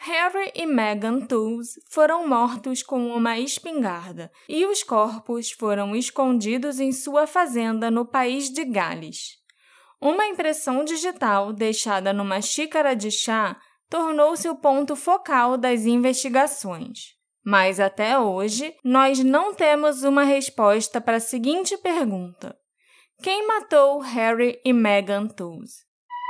Harry e Meghan Toews foram mortos com uma espingarda e os corpos foram escondidos em sua fazenda no país de Gales. Uma impressão digital deixada numa xícara de chá tornou-se o ponto focal das investigações. Mas até hoje, nós não temos uma resposta para a seguinte pergunta: quem matou Harry e Meghan Toews?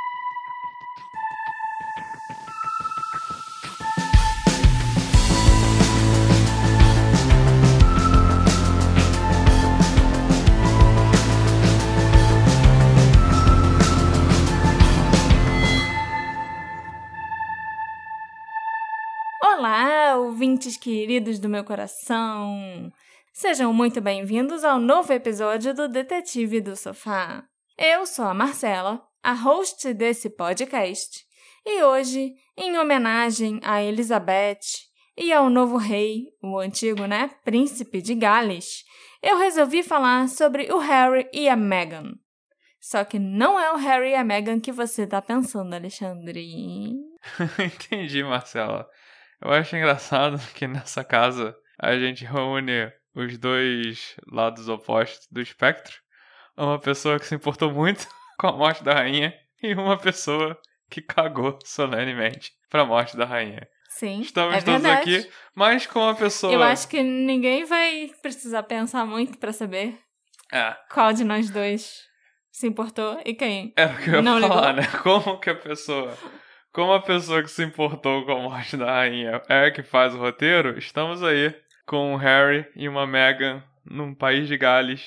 Olá, ouvintes queridos do meu coração! Sejam muito bem-vindos ao novo episódio do Detetive do Sofá. Eu sou a Marcela, a host desse podcast, e hoje, em homenagem a Elizabeth e ao novo rei, o antigo, príncipe de Gales, eu resolvi falar sobre o Harry e a Meghan. Só que não é o Harry e a Meghan que você tá pensando, Alexandre. Entendi, Marcela. Eu acho engraçado que nessa casa a gente reúne os dois lados opostos do espectro. Uma pessoa que se importou muito com a morte da rainha e uma pessoa que cagou solenemente pra morte da rainha. Sim, Estamos todos verdade. aqui, mas com uma pessoa... Eu acho que ninguém vai precisar pensar muito pra saber qual de nós dois se importou e quem Era o que eu ia não falar, ligou. né? Como a pessoa que se importou com a morte da rainha é a que faz o roteiro, estamos aí com um Harry e uma Meghan num país de Gales.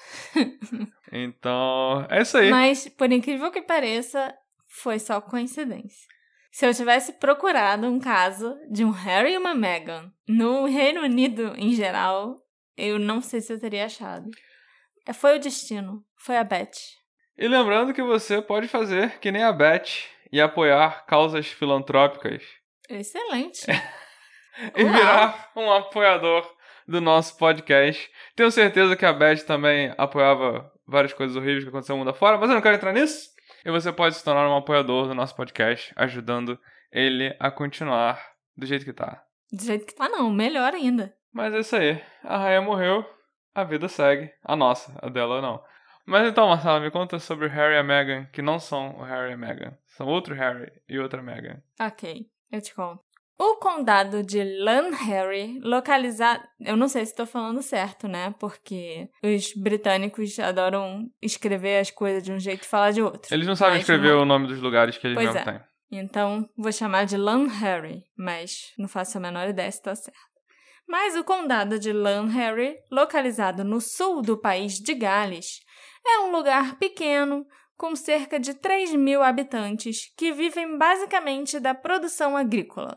Então, é isso aí. Mas, por incrível que pareça, foi só coincidência. Se eu tivesse procurado um caso de um Harry e uma Meghan no Reino Unido em geral, eu não sei se eu teria achado. Foi o destino, foi a Beth. E lembrando que você pode fazer que nem a Beth e apoiar causas filantrópicas. Excelente. E virar um apoiador do nosso podcast. Tenho certeza que a Beth também apoiava várias coisas horríveis que aconteceram no mundo afora, mas eu não quero entrar nisso. E você pode se tornar um apoiador do nosso podcast, ajudando ele a continuar do jeito que tá. Do jeito que tá não, melhor ainda. Mas é isso aí. A rainha morreu, a vida segue. A nossa, a dela não. Mas então, Marcela, me conta sobre o Harry e a Meghan, que não são o Harry e a Meghan. São outro Harry e outra Meghan. Ok, eu te conto. O condado de Llanharry, localizado... Eu não sei se estou falando certo, Porque os britânicos adoram escrever as coisas de um jeito e falar de outro. Eles não sabem escrever o nome dos lugares que eles mesmos têm. Então, vou chamar de Llanharry, mas não faço a menor ideia se está certo. Mas o condado de Llanharry, localizado no sul do país de Gales, é um lugar pequeno, com cerca de 3.000 habitantes, que vivem basicamente da produção agrícola.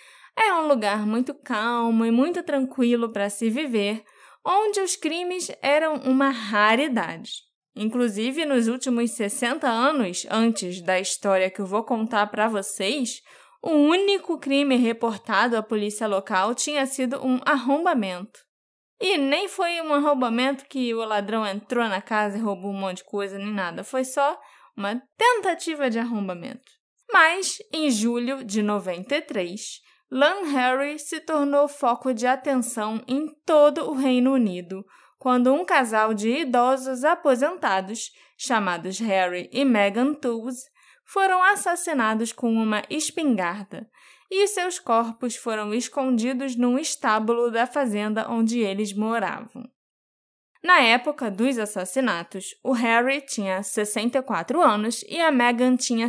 É um lugar muito calmo e muito tranquilo para se viver, onde os crimes eram uma raridade. Inclusive, nos últimos 60 anos, antes da história que eu vou contar para vocês, o único crime reportado à polícia local tinha sido um arrombamento. E nem foi um arrombamento que o ladrão entrou na casa e roubou um monte de coisa, nem nada. Foi só uma tentativa de arrombamento. Mas, em julho de 93, Llanharry se tornou foco de atenção em todo o Reino Unido, quando um casal de idosos aposentados, chamados Harry e Meghan Toews, foram assassinados com uma espingarda, e seus corpos foram escondidos num estábulo da fazenda onde eles moravam. Na época dos assassinatos, o Harry tinha 64 anos e a Meghan tinha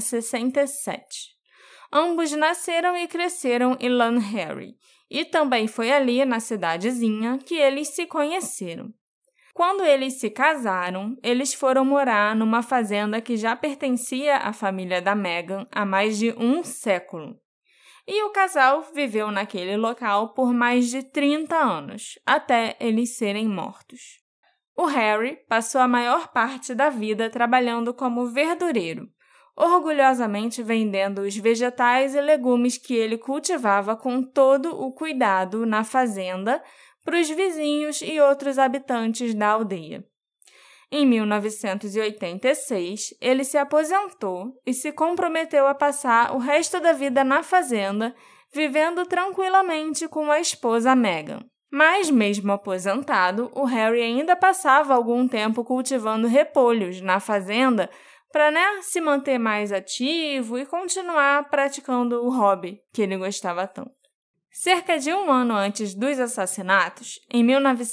67. Ambos nasceram e cresceram em Llanharry, e também foi ali, na cidadezinha, que eles se conheceram. Quando eles se casaram, eles foram morar numa fazenda que já pertencia à família da Meghan há mais de um século. E o casal viveu naquele local por mais de 30 anos, até eles serem mortos. O Harry passou a maior parte da vida trabalhando como verdureiro, orgulhosamente vendendo os vegetais e legumes que ele cultivava com todo o cuidado na fazenda para os vizinhos e outros habitantes da aldeia. Em 1986, ele se aposentou e se comprometeu a passar o resto da vida na fazenda, vivendo tranquilamente com a esposa Meghan. Mas, mesmo aposentado, o Harry ainda passava algum tempo cultivando repolhos na fazenda para, se manter mais ativo e continuar praticando o hobby que ele gostava tanto. Cerca de um ano antes dos assassinatos, em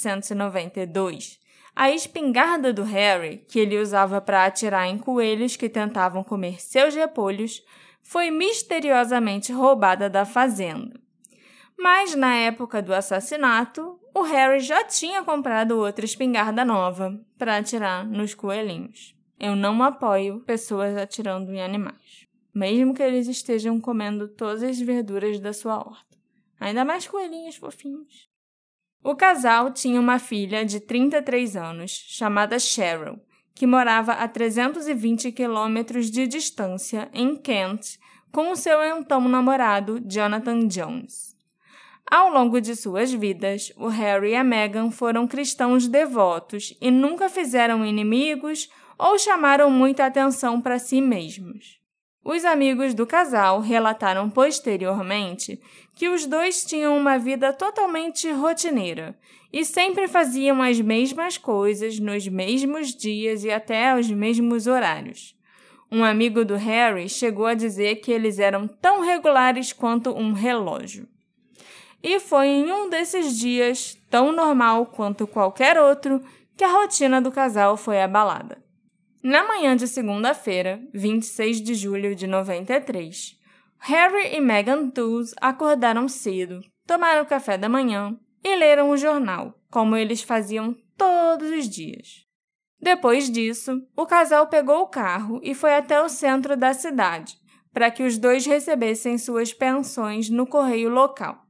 1992, a espingarda do Harry, que ele usava para atirar em coelhos que tentavam comer seus repolhos, foi misteriosamente roubada da fazenda. Mas, na época do assassinato, o Harry já tinha comprado outra espingarda nova para atirar nos coelhinhos. Eu não apoio pessoas atirando em animais, mesmo que eles estejam comendo todas as verduras da sua horta. Ainda mais coelhinhos fofinhos. O casal tinha uma filha de 33 anos, chamada Cheryl, que morava a 320 quilômetros de distância, em Kent, com o seu então namorado, Jonathan Jones. Ao longo de suas vidas, o Harry e a Meghan foram cristãos devotos e nunca fizeram inimigos ou chamaram muita atenção para si mesmos. Os amigos do casal relataram posteriormente que os dois tinham uma vida totalmente rotineira e sempre faziam as mesmas coisas nos mesmos dias e até aos mesmos horários. Um amigo do Harry chegou a dizer que eles eram tão regulares quanto um relógio. E foi em um desses dias, tão normal quanto qualquer outro, que a rotina do casal foi abalada. Na manhã de segunda-feira, 26 de julho de 93, Harry e Meghan Toews acordaram cedo, tomaram café da manhã e leram o jornal, como eles faziam todos os dias. Depois disso, o casal pegou o carro e foi até o centro da cidade, para que os dois recebessem suas pensões no correio local.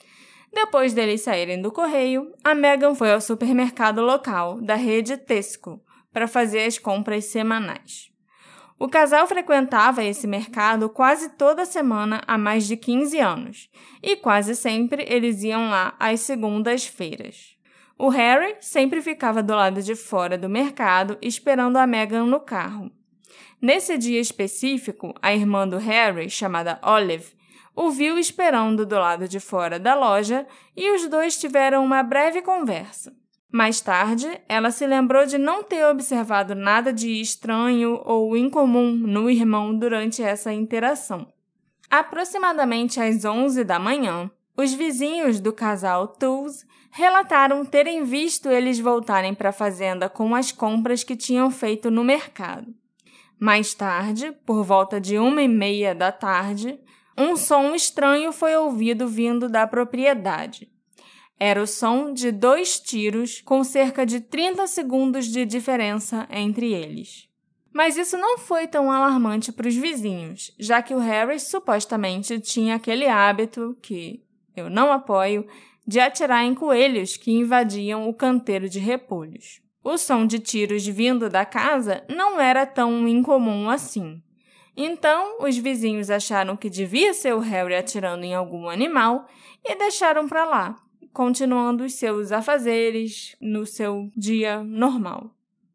Depois deles saírem do correio, a Meghan foi ao supermercado local da rede Tesco para fazer as compras semanais. O casal frequentava esse mercado quase toda semana há mais de 15 anos, e quase sempre eles iam lá às segundas-feiras. O Harry sempre ficava do lado de fora do mercado esperando a Meghan no carro. Nesse dia específico, a irmã do Harry, chamada Olive, o viu esperando do lado de fora da loja e os dois tiveram uma breve conversa. Mais tarde, ela se lembrou de não ter observado nada de estranho ou incomum no irmão durante essa interação. Aproximadamente às 11 da manhã, os vizinhos do casal Toews relataram terem visto eles voltarem para a fazenda com as compras que tinham feito no mercado. Mais tarde, por volta de 1h30 da tarde, um som estranho foi ouvido vindo da propriedade. Era o som de 2 tiros com cerca de 30 segundos de diferença entre eles. Mas isso não foi tão alarmante para os vizinhos, já que o Harry supostamente tinha aquele hábito, que eu não apoio, de atirar em coelhos que invadiam o canteiro de repolhos. O som de tiros vindo da casa não era tão incomum assim. Então, os vizinhos acharam que devia ser o Harry atirando em algum animal e deixaram para lá, continuando os seus afazeres no seu dia normal.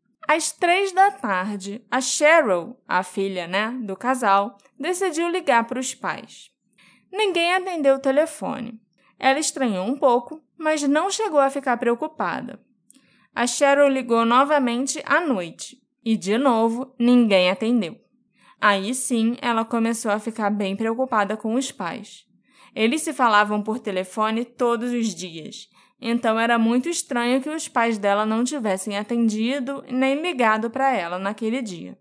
Às 3 da tarde, a Cheryl, a filha, do casal, decidiu ligar para os pais. Ninguém atendeu o telefone. Ela estranhou um pouco, mas não chegou a ficar preocupada. A Cheryl ligou novamente à noite e, de novo, ninguém atendeu. Aí sim, ela começou a ficar bem preocupada com os pais. Eles se falavam por telefone todos os dias, então era muito estranho que os pais dela não tivessem atendido nem ligado para ela naquele dia.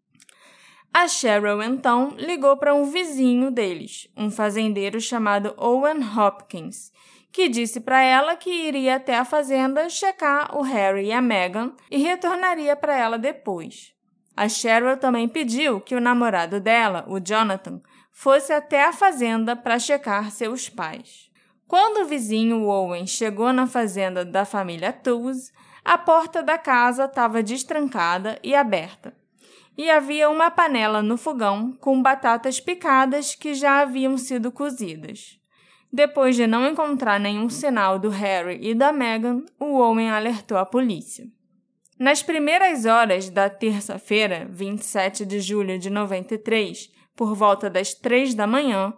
A Cheryl, então, ligou para um vizinho deles, um fazendeiro chamado Owen Hopkins, que disse para ela que iria até a fazenda checar o Harry e a Meghan e retornaria para ela depois. A Cheryl também pediu que o namorado dela, o Jonathan, fosse até a fazenda para checar seus pais. Quando o vizinho Owen chegou na fazenda da família Toews, a porta da casa estava destrancada e aberta, e havia uma panela no fogão com batatas picadas que já haviam sido cozidas. Depois de não encontrar nenhum sinal do Harry e da Meghan, o Owen alertou a polícia. Nas primeiras horas da terça-feira, 27 de julho de 93, por volta das 3 da manhã,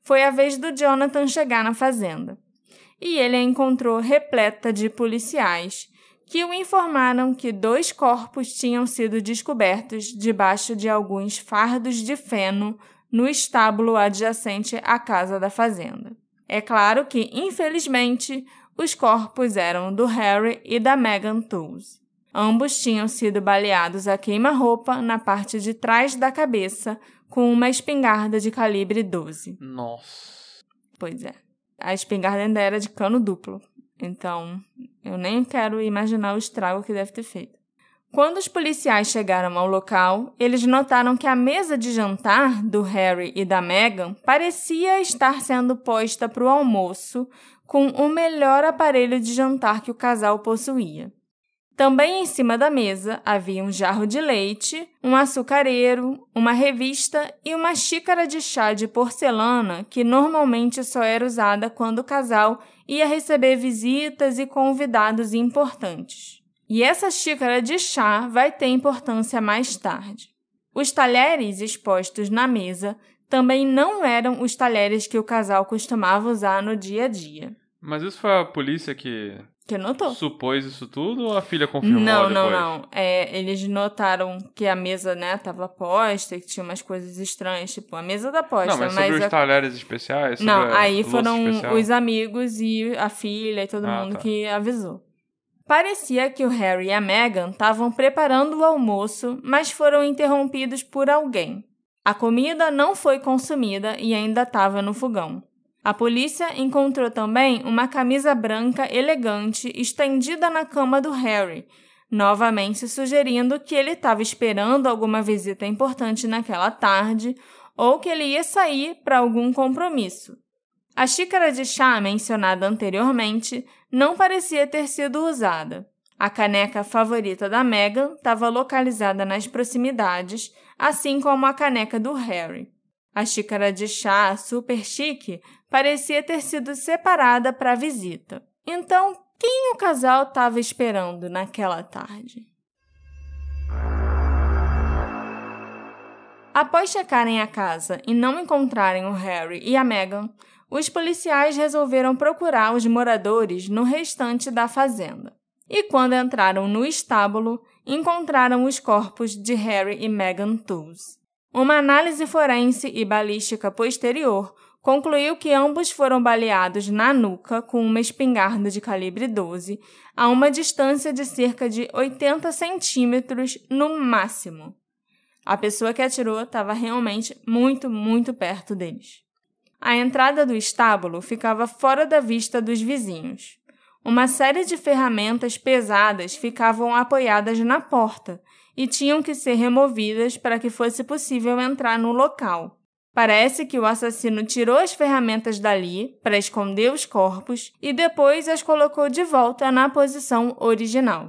foi a vez do Jonathan chegar na fazenda. E ele a encontrou repleta de policiais, que o informaram que 2 corpos tinham sido descobertos debaixo de alguns fardos de feno no estábulo adjacente à casa da fazenda. É claro que, infelizmente, os corpos eram do Harry e da Megan Toews. Ambos tinham sido baleados a queima-roupa na parte de trás da cabeça com uma espingarda de calibre 12. Nossa. Pois é. A espingarda ainda era de cano duplo. Então, eu nem quero imaginar o estrago que deve ter feito. Quando os policiais chegaram ao local, eles notaram que a mesa de jantar do Harry e da Meghan parecia estar sendo posta para o almoço com o melhor aparelho de jantar que o casal possuía. Também em cima da mesa havia um jarro de leite, um açucareiro, uma revista e uma xícara de chá de porcelana que normalmente só era usada quando o casal ia receber visitas e convidados importantes. E essa xícara de chá vai ter importância mais tarde. Os talheres expostos na mesa também não eram os talheres que o casal costumava usar no dia a dia. Mas isso foi a polícia que notou. Supôs isso tudo ou a filha confirmou depois? Não. Eles notaram que a mesa, estava posta, que tinha umas coisas estranhas, tipo, a mesa tá posta. Não, mas sobre os talheres especiais? Não, aí foram os amigos e a filha e todo mundo tá. que avisou. Parecia que o Harry e a Meghan estavam preparando o almoço, mas foram interrompidos por alguém. A comida não foi consumida e ainda estava no fogão. A polícia encontrou também uma camisa branca elegante estendida na cama do Harry, novamente sugerindo que ele estava esperando alguma visita importante naquela tarde ou que ele ia sair para algum compromisso. A xícara de chá mencionada anteriormente não parecia ter sido usada. A caneca favorita da Meghan estava localizada nas proximidades, assim como a caneca do Harry. A xícara de chá super chique parecia ter sido separada para a visita. Então, quem o casal estava esperando naquela tarde? Após checarem a casa e não encontrarem o Harry e a Meghan, os policiais resolveram procurar os moradores no restante da fazenda. E quando entraram no estábulo, encontraram os corpos de Harry e Megan Toews. Uma análise forense e balística posterior concluiu que ambos foram baleados na nuca com uma espingarda de calibre 12 a uma distância de cerca de 80 centímetros no máximo. A pessoa que atirou estava realmente muito, muito perto deles. A entrada do estábulo ficava fora da vista dos vizinhos. Uma série de ferramentas pesadas ficavam apoiadas na porta e tinham que ser removidas para que fosse possível entrar no local. Parece que o assassino tirou as ferramentas dali para esconder os corpos e depois as colocou de volta na posição original.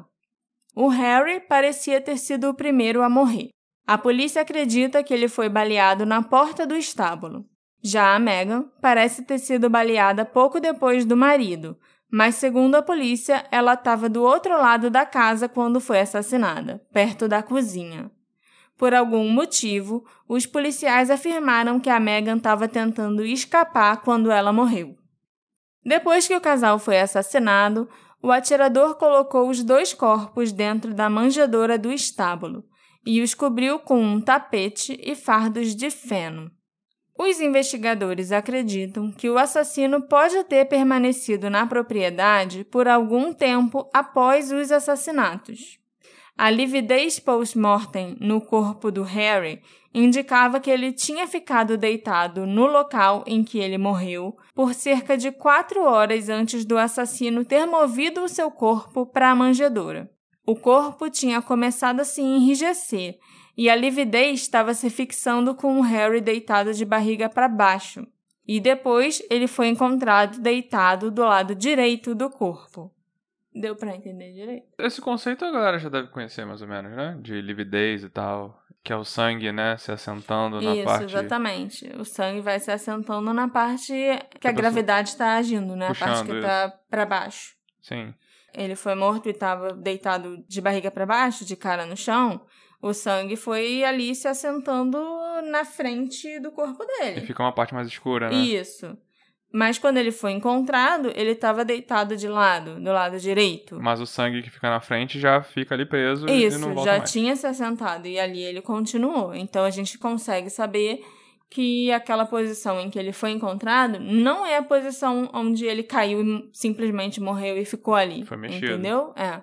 O Harry parecia ter sido o primeiro a morrer. A polícia acredita que ele foi baleado na porta do estábulo. Já a Meghan parece ter sido baleada pouco depois do marido, mas segundo a polícia, ela estava do outro lado da casa quando foi assassinada, perto da cozinha. Por algum motivo, os policiais afirmaram que a Meghan estava tentando escapar quando ela morreu. Depois que o casal foi assassinado, o atirador colocou os 2 corpos dentro da manjedoura do estábulo e os cobriu com um tapete e fardos de feno. Os investigadores acreditam que o assassino pode ter permanecido na propriedade por algum tempo após os assassinatos. A lividez post-mortem no corpo do Harry indicava que ele tinha ficado deitado no local em que ele morreu por cerca de 4 horas antes do assassino ter movido o seu corpo para a manjedoura. O corpo tinha começado a se enrijecer e a lividez estava se fixando com o Harry deitado de barriga para baixo. E depois ele foi encontrado deitado do lado direito do corpo. Deu pra entender direito? Esse conceito a galera já deve conhecer mais ou menos, né? De lividez e tal. Que é o sangue, né? Se assentando na parte... Isso, exatamente. O sangue vai se assentando na parte que a gravidade está agindo, né? A parte que tá pra baixo. Sim. Ele foi morto e estava deitado de barriga para baixo, de cara no chão. O sangue foi ali se assentando na frente do corpo dele. E fica uma parte mais escura, né? Isso. Mas quando ele foi encontrado, ele estava deitado de lado, do lado direito. Mas o sangue que fica na frente já fica ali preso Isso, e não volta já mais. tinha se assentado e ali ele continuou. Então a gente consegue saber que aquela posição em que ele foi encontrado não é a posição onde ele caiu e simplesmente morreu e ficou ali. Foi mexido. Entendeu? É.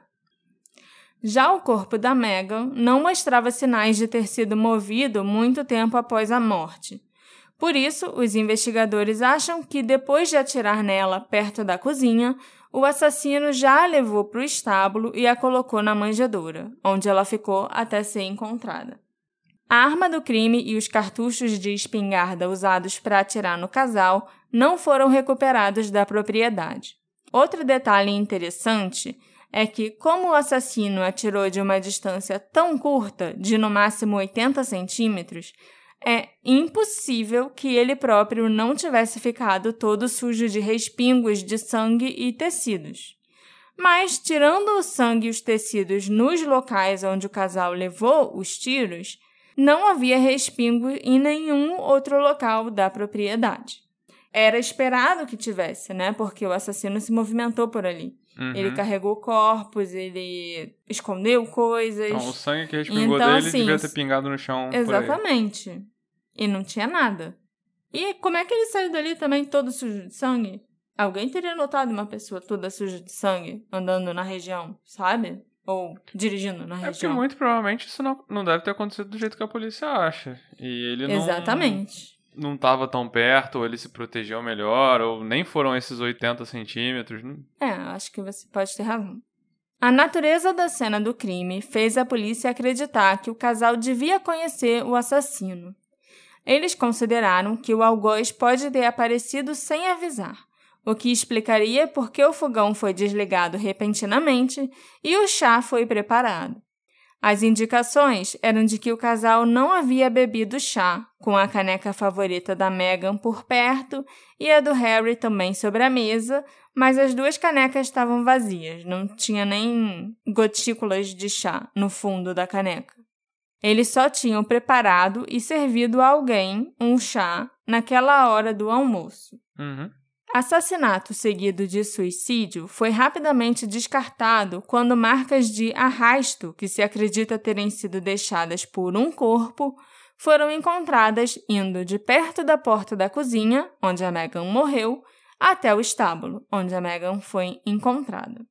Já o corpo da Megan não mostrava sinais de ter sido movido muito tempo após a morte. Por isso, os investigadores acham que depois de atirar nela perto da cozinha, o assassino já a levou para o estábulo e a colocou na manjedoura, onde ela ficou até ser encontrada. A arma do crime e os cartuchos de espingarda usados para atirar no casal não foram recuperados da propriedade. Outro detalhe interessante é que, como o assassino atirou de uma distância tão curta, de no máximo 80 centímetros, é impossível que ele próprio não tivesse ficado todo sujo de respingos de sangue e tecidos. Mas, tirando o sangue e os tecidos nos locais onde o casal levou os tiros, não havia respingo em nenhum outro local da propriedade. Era esperado que tivesse, né? Porque o assassino se movimentou por ali. Uhum. Ele carregou corpos, ele escondeu coisas. Então, o sangue que respingou Então, dele assim, devia ter pingado no chão. Exatamente. E não tinha nada. E como é que ele saiu dali também todo sujo de sangue? Alguém teria notado uma pessoa toda suja de sangue andando na região, sabe? Ou dirigindo na região. É porque muito provavelmente isso não deve ter acontecido do jeito que a polícia acha. E ele Exatamente. não estava tão perto, ou ele se protegeu melhor, ou nem foram esses 80 centímetros. Acho que você pode ter razão. A natureza da cena do crime fez a polícia acreditar que o casal devia conhecer o assassino. Eles consideraram que o algoz pode ter aparecido sem avisar, o que explicaria por que o fogão foi desligado repentinamente e o chá foi preparado. As indicações eram de que o casal não havia bebido chá, com a caneca favorita da Megan por perto e a do Harry também sobre a mesa, mas as duas canecas estavam vazias, não tinha nem gotículas de chá no fundo da caneca. Eles só tinham preparado e servido a alguém um chá naquela hora do almoço. Uhum. Assassinato seguido de suicídio foi rapidamente descartado quando marcas de arrasto, que se acredita terem sido deixadas por um corpo, foram encontradas indo de perto da porta da cozinha, onde a Megan morreu, até o estábulo, onde a Megan foi encontrada.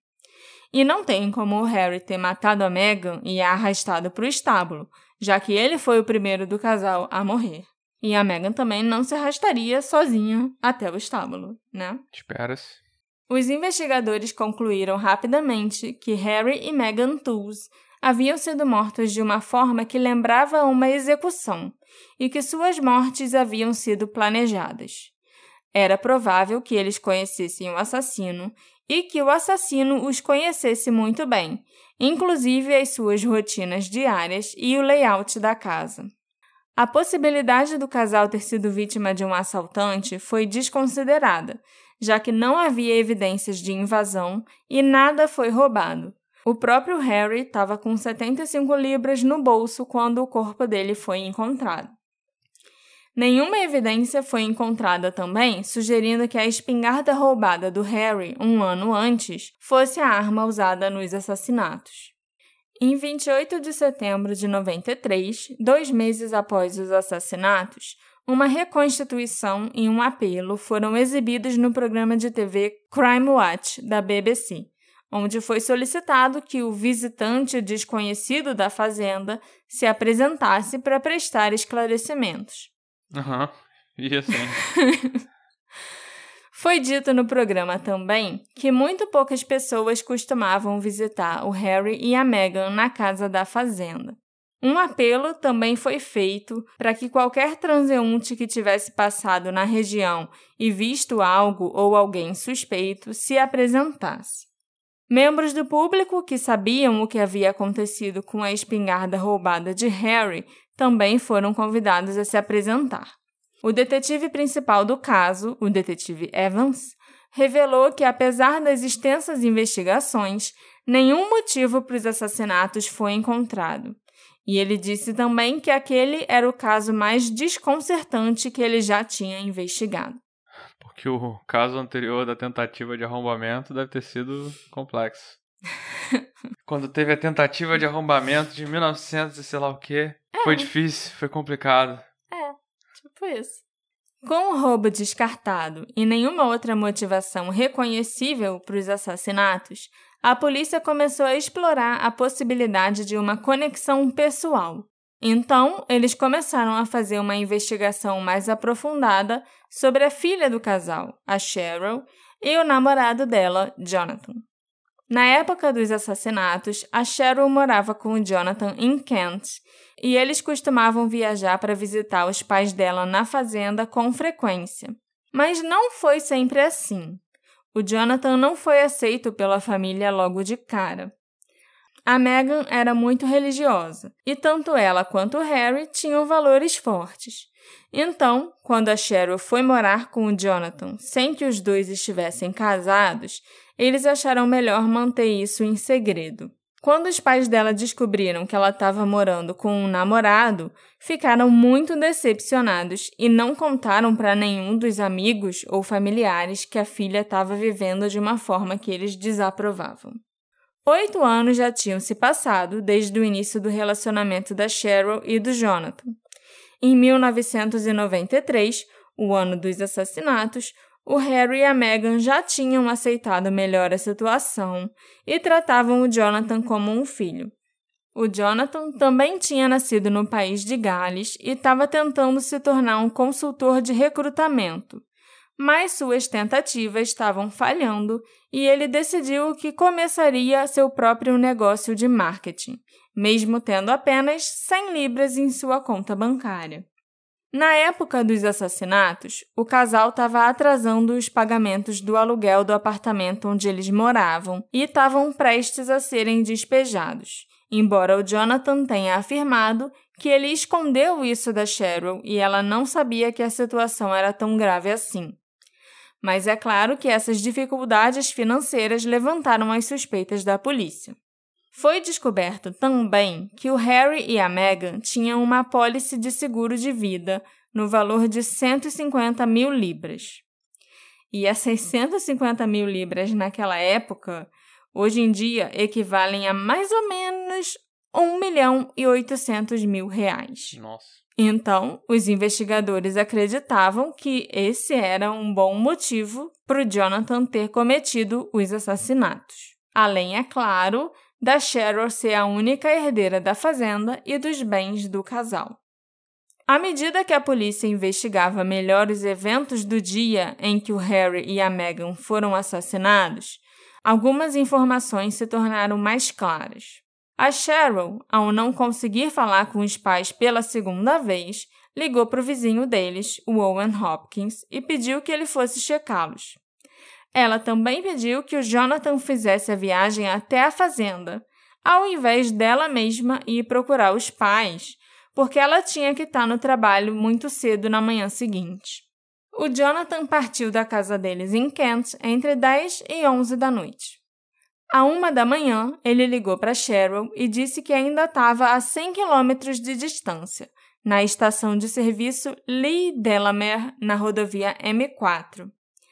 E não tem como o Harry ter matado a Megan e a arrastado para o estábulo, já que ele foi o primeiro do casal a morrer. E a Megan também não se arrastaria sozinha até o estábulo, né? Espera-se. Os investigadores concluíram rapidamente que Harry e Megan Toews haviam sido mortos de uma forma que lembrava uma execução e que suas mortes haviam sido planejadas. Era provável que eles conhecessem o assassino e que o assassino os conhecesse muito bem, inclusive as suas rotinas diárias e o layout da casa. A possibilidade do casal ter sido vítima de um assaltante foi desconsiderada, já que não havia evidências de invasão e nada foi roubado. O próprio Harry estava com 75 libras no bolso quando o corpo dele foi encontrado. Nenhuma evidência foi encontrada também sugerindo que a espingarda roubada do Harry um ano antes fosse a arma usada nos assassinatos. Em 28 de setembro de 93, 2 meses após os assassinatos, uma reconstituição e um apelo foram exibidos no programa de TV Crime Watch, da BBC, onde foi solicitado que o visitante desconhecido da fazenda se apresentasse para prestar esclarecimentos. Aham, e assim... Foi dito no programa também que muito poucas pessoas costumavam visitar o Harry e a Meghan na casa da fazenda. Um apelo também foi feito para que qualquer transeunte que tivesse passado na região e visto algo ou alguém suspeito se apresentasse. Membros do público que sabiam o que havia acontecido com a espingarda roubada de Harry também foram convidados a se apresentar. O detetive principal do caso, o detetive Evans, revelou que, apesar das extensas investigações, nenhum motivo para os assassinatos foi encontrado E ele disse também que aquele era o caso mais desconcertante que ele já tinha investigado. Porque o caso anterior da tentativa de arrombamento deve ter sido complexo. Quando teve a tentativa de arrombamento de 1900 e sei lá o quê, foi difícil, foi complicado. Tipo isso. Com o roubo descartado e nenhuma outra motivação reconhecível para os assassinatos, a polícia começou a explorar a possibilidade de uma conexão pessoal. Então, eles começaram a fazer uma investigação mais aprofundada sobre a filha do casal, a Cheryl, e o namorado dela, Jonathan. Na época dos assassinatos, a Cheryl morava com o Jonathan em Kent e eles costumavam viajar para visitar os pais dela na fazenda com frequência. Mas não foi sempre assim. O Jonathan não foi aceito pela família logo de cara. A Megan era muito religiosa e tanto ela quanto o Harry tinham valores fortes. Então, quando a Cheryl foi morar com o Jonathan sem que os dois estivessem casados, eles acharam melhor manter isso em segredo. Quando os pais dela descobriram que ela estava morando com um namorado, ficaram muito decepcionados e não contaram para nenhum dos amigos ou familiares que a filha estava vivendo de uma forma que eles desaprovavam. 8 anos já tinham se passado desde o início do relacionamento da Cheryl e do Jonathan. Em 1993, o ano dos assassinatos, o Harry e a Meghan já tinham aceitado melhor a situação e tratavam o Jonathan como um filho. O Jonathan também tinha nascido no país de Gales e estava tentando se tornar um consultor de recrutamento, mas suas tentativas estavam falhando e ele decidiu que começaria seu próprio negócio de marketing, mesmo tendo apenas 100 libras em sua conta bancária. Na época dos assassinatos, o casal estava atrasando os pagamentos do aluguel do apartamento onde eles moravam e estavam prestes a serem despejados, embora o Jonathan tenha afirmado que ele escondeu isso da Cheryl e ela não sabia que a situação era tão grave assim. Mas é claro que essas dificuldades financeiras levantaram as suspeitas da polícia. Foi descoberto também que o Harry e a Meghan tinham uma apólice de seguro de vida no valor de 150 mil libras. E essas 150 mil libras naquela época, hoje em dia, equivalem a mais ou menos R$1.800.000. Nossa. Então, os investigadores acreditavam que esse era um bom motivo para o Jonathan ter cometido os assassinatos. Além, é claro, da Cheryl ser a única herdeira da fazenda e dos bens do casal. À medida que a polícia investigava melhor os eventos do dia em que o Harry e a Meghan foram assassinados, algumas informações se tornaram mais claras. A Cheryl, ao não conseguir falar com os pais pela segunda vez, ligou para o vizinho deles, o Owen Hopkins, e pediu que ele fosse checá-los. Ela também pediu que o Jonathan fizesse a viagem até a fazenda, ao invés dela mesma ir procurar os pais, porque ela tinha que estar no trabalho muito cedo na manhã seguinte. O Jonathan partiu da casa deles em Kent entre 10 e 11 da noite. À 1 da manhã, ele ligou para Cheryl e disse que ainda estava a 100 quilômetros de distância, na estação de serviço Lee Delamere, na rodovia M4.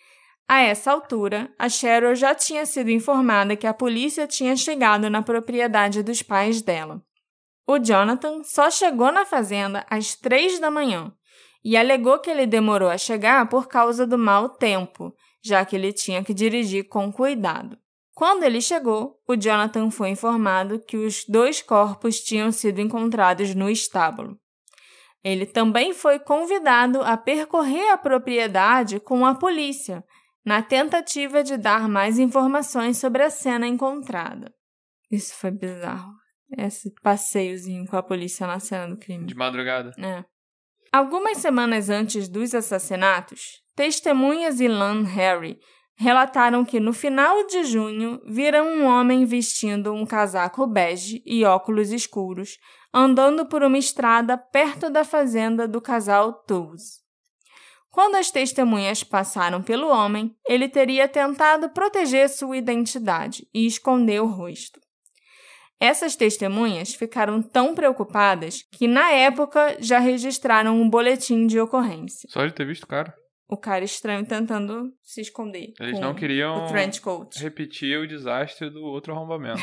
A essa altura, a Cheryl já tinha sido informada que a polícia tinha chegado na propriedade dos pais dela. O Jonathan só chegou na fazenda às 3 da manhã e alegou que ele demorou a chegar por causa do mau tempo, já que ele tinha que dirigir com cuidado. Quando ele chegou, o Jonathan foi informado que os 2 corpos tinham sido encontrados no estábulo. Ele também foi convidado a percorrer a propriedade com a polícia, na tentativa de dar mais informações sobre a cena encontrada. Isso foi bizarro. Esse passeiozinho com a polícia na cena do crime. De madrugada. É. Algumas semanas antes dos assassinatos, testemunhas e Lan Harry relataram que no final de junho viram um homem vestindo um casaco bege e óculos escuros, andando por uma estrada perto da fazenda do casal Tools. Quando as testemunhas passaram pelo homem, ele teria tentado proteger sua identidade e esconder o rosto. Essas testemunhas ficaram tão preocupadas que, na época, já registraram um boletim de ocorrência. Só de ter visto o cara. O cara estranho tentando se esconder. Eles não queriam o trench coat. repetir o desastre do outro arrombamento.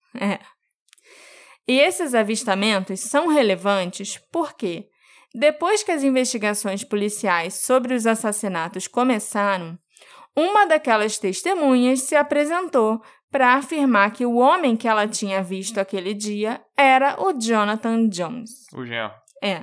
E esses avistamentos são relevantes porque, depois que as investigações policiais sobre os assassinatos começaram, uma daquelas testemunhas se apresentou para afirmar que o homem que ela tinha visto aquele dia era o Jonathan Jones. O genro.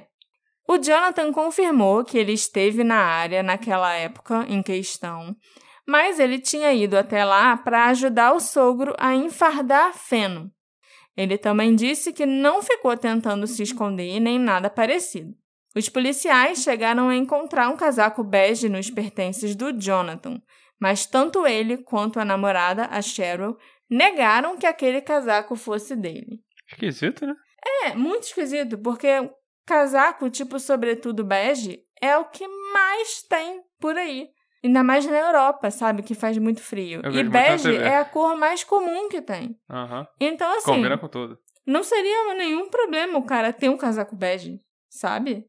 O Jonathan confirmou que ele esteve na área naquela época em questão, mas ele tinha ido até lá para ajudar o sogro a enfardar feno. Ele também disse que não ficou tentando se esconder nem nada parecido. Os policiais chegaram a encontrar um casaco bege nos pertences do Jonathan, mas tanto ele quanto a namorada, a Cheryl, negaram que aquele casaco fosse dele. Esquisito, né? Muito esquisito, porque casaco tipo sobretudo bege é o que mais tem por aí. Ainda mais na Europa, sabe? Que faz muito frio. E bege é a cor mais comum que tem. Então, assim... Combina com tudo. Não seria nenhum problema o cara ter um casaco bege, sabe?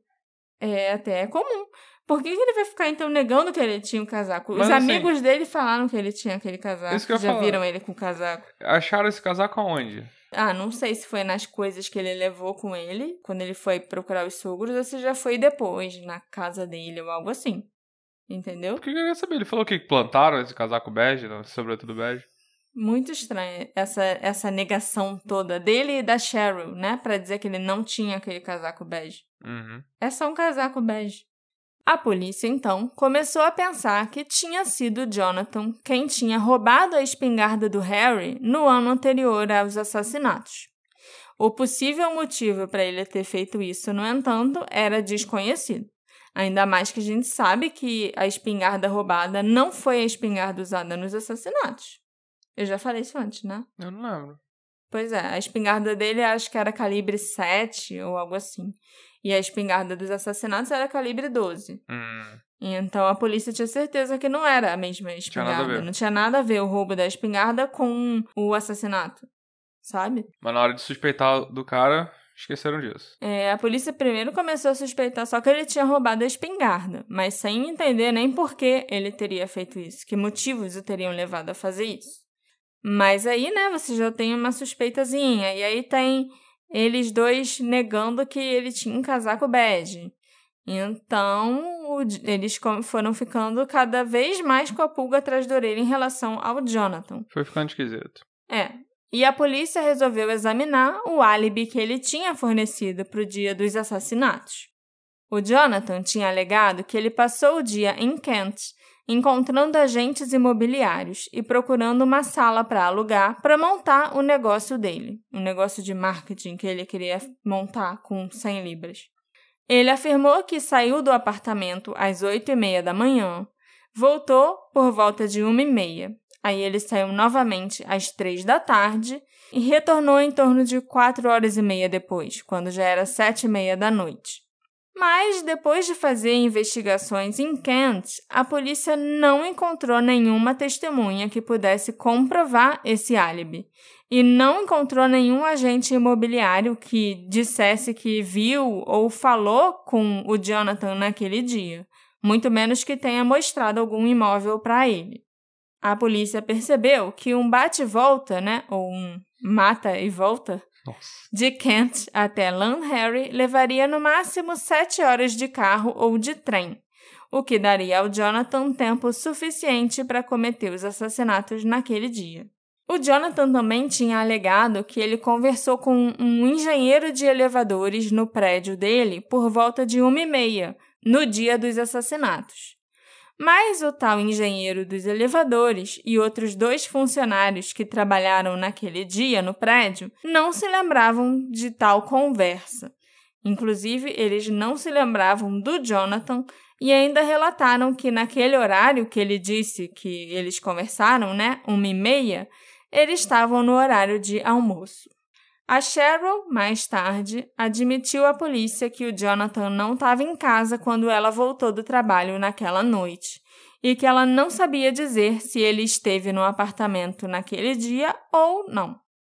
Até comum. Por que ele vai ficar, então, negando que ele tinha um casaco? Os amigos dele falaram que ele tinha aquele casaco. Isso que eu já viram ele com o casaco. Acharam esse casaco aonde? Não sei se foi nas coisas que ele levou com ele, quando ele foi procurar os sogros, ou se já foi depois, na casa dele, ou algo assim. Entendeu? Por que eu queria saber? Ele falou que plantaram esse casaco bege, sobretudo bege. Muito estranha essa negação toda dele e da Cheryl, né? Pra dizer que ele não tinha aquele casaco bege. É só um casaco bege. A polícia, então, começou a pensar que tinha sido Jonathan quem tinha roubado a espingarda do Harry no ano anterior aos assassinatos. O possível motivo para ele ter feito isso, no entanto, era desconhecido. Ainda mais que a gente sabe que a espingarda roubada não foi a espingarda usada nos assassinatos. Eu já falei isso antes, né? Eu não lembro. Pois é, a espingarda dele acho que era calibre 7 ou algo assim. E a espingarda dos assassinatos era calibre 12. Então a polícia tinha certeza que não era a mesma espingarda. Não tinha nada a ver o roubo da espingarda com o assassinato, sabe? Mas na hora de suspeitar do cara, esqueceram disso. A polícia primeiro começou a suspeitar só que ele tinha roubado a espingarda, mas sem entender nem por que ele teria feito isso, que motivos o teriam levado a fazer isso. Mas aí, né, você já tem uma suspeitazinha, e aí tem eles dois negando que ele tinha um casaco bege. Então, eles foram ficando cada vez mais com a pulga atrás da orelha em relação ao Jonathan. Foi ficando esquisito. E a polícia resolveu examinar o álibi que ele tinha fornecido para o dia dos assassinatos. O Jonathan tinha alegado que ele passou o dia em Kent, encontrando agentes imobiliários e procurando uma sala para alugar para montar o negócio dele, um negócio de marketing que ele queria montar com 100 libras. Ele afirmou que saiu do apartamento às 8h30 da manhã, voltou por volta de 1h30. Aí ele saiu novamente às 3 da tarde e retornou em torno de 4h30 depois, quando já era 7h30 da noite. Mas, depois de fazer investigações em Kent, a polícia não encontrou nenhuma testemunha que pudesse comprovar esse álibi. E não encontrou nenhum agente imobiliário que dissesse que viu ou falou com o Jonathan naquele dia, muito menos que tenha mostrado algum imóvel para ele. A polícia percebeu que um bate-volta, né, ou um mata e volta, de Kent até Llanharry levaria no máximo 7 horas de carro ou de trem, o que daria ao Jonathan tempo suficiente para cometer os assassinatos naquele dia. O Jonathan também tinha alegado que ele conversou com um engenheiro de elevadores no prédio dele por volta de 1h30, no dia dos assassinatos. Mas o tal engenheiro dos elevadores e outros 2 funcionários que trabalharam naquele dia no prédio não se lembravam de tal conversa. Inclusive, eles não se lembravam do Jonathan e ainda relataram que naquele horário que ele disse que eles conversaram, né, 1h30, eles estavam no horário de almoço. A Cheryl, mais tarde, admitiu à polícia que o Jonathan não estava em casa quando ela voltou do trabalho naquela noite e que ela não sabia dizer se ele esteve no apartamento naquele dia ou não.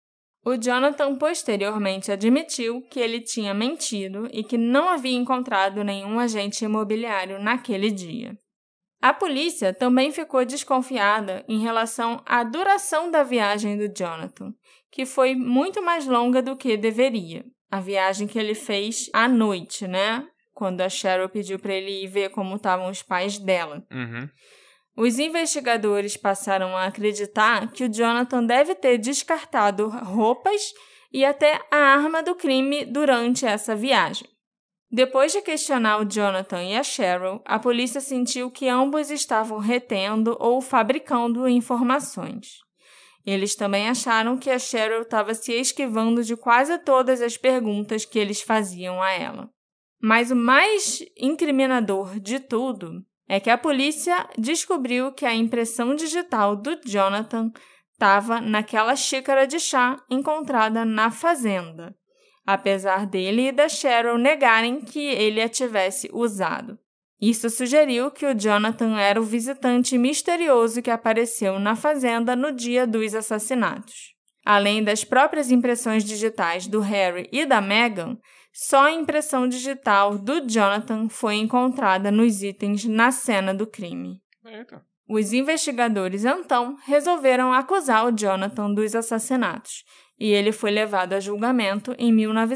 O Jonathan posteriormente admitiu que ele tinha mentido e que não havia encontrado nenhum agente imobiliário naquele dia. A polícia também ficou desconfiada em relação à duração da viagem do Jonathan, que foi muito mais longa do que deveria. A viagem que ele fez à noite, né? Quando a Cheryl pediu para ele ir ver como estavam os pais dela. Uhum. Os investigadores passaram a acreditar que o Jonathan deve ter descartado roupas e até a arma do crime durante essa viagem. Depois de questionar o Jonathan e a Cheryl, a polícia sentiu que ambos estavam retendo ou fabricando informações. Eles também acharam que a Cheryl estava se esquivando de quase todas as perguntas que eles faziam a ela. Mas o mais incriminador de tudo é que a polícia descobriu que a impressão digital do Jonathan estava naquela xícara de chá encontrada na fazenda, apesar dele e da Cheryl negarem que ele a tivesse usado. Isso sugeriu que o Jonathan era o visitante misterioso que apareceu na fazenda no dia dos assassinatos. Além das próprias impressões digitais do Harry e da Meghan, só a impressão digital do Jonathan foi encontrada nos itens na cena do crime. Eita. Os investigadores, então, resolveram acusar o Jonathan dos assassinatos, e ele foi levado a julgamento em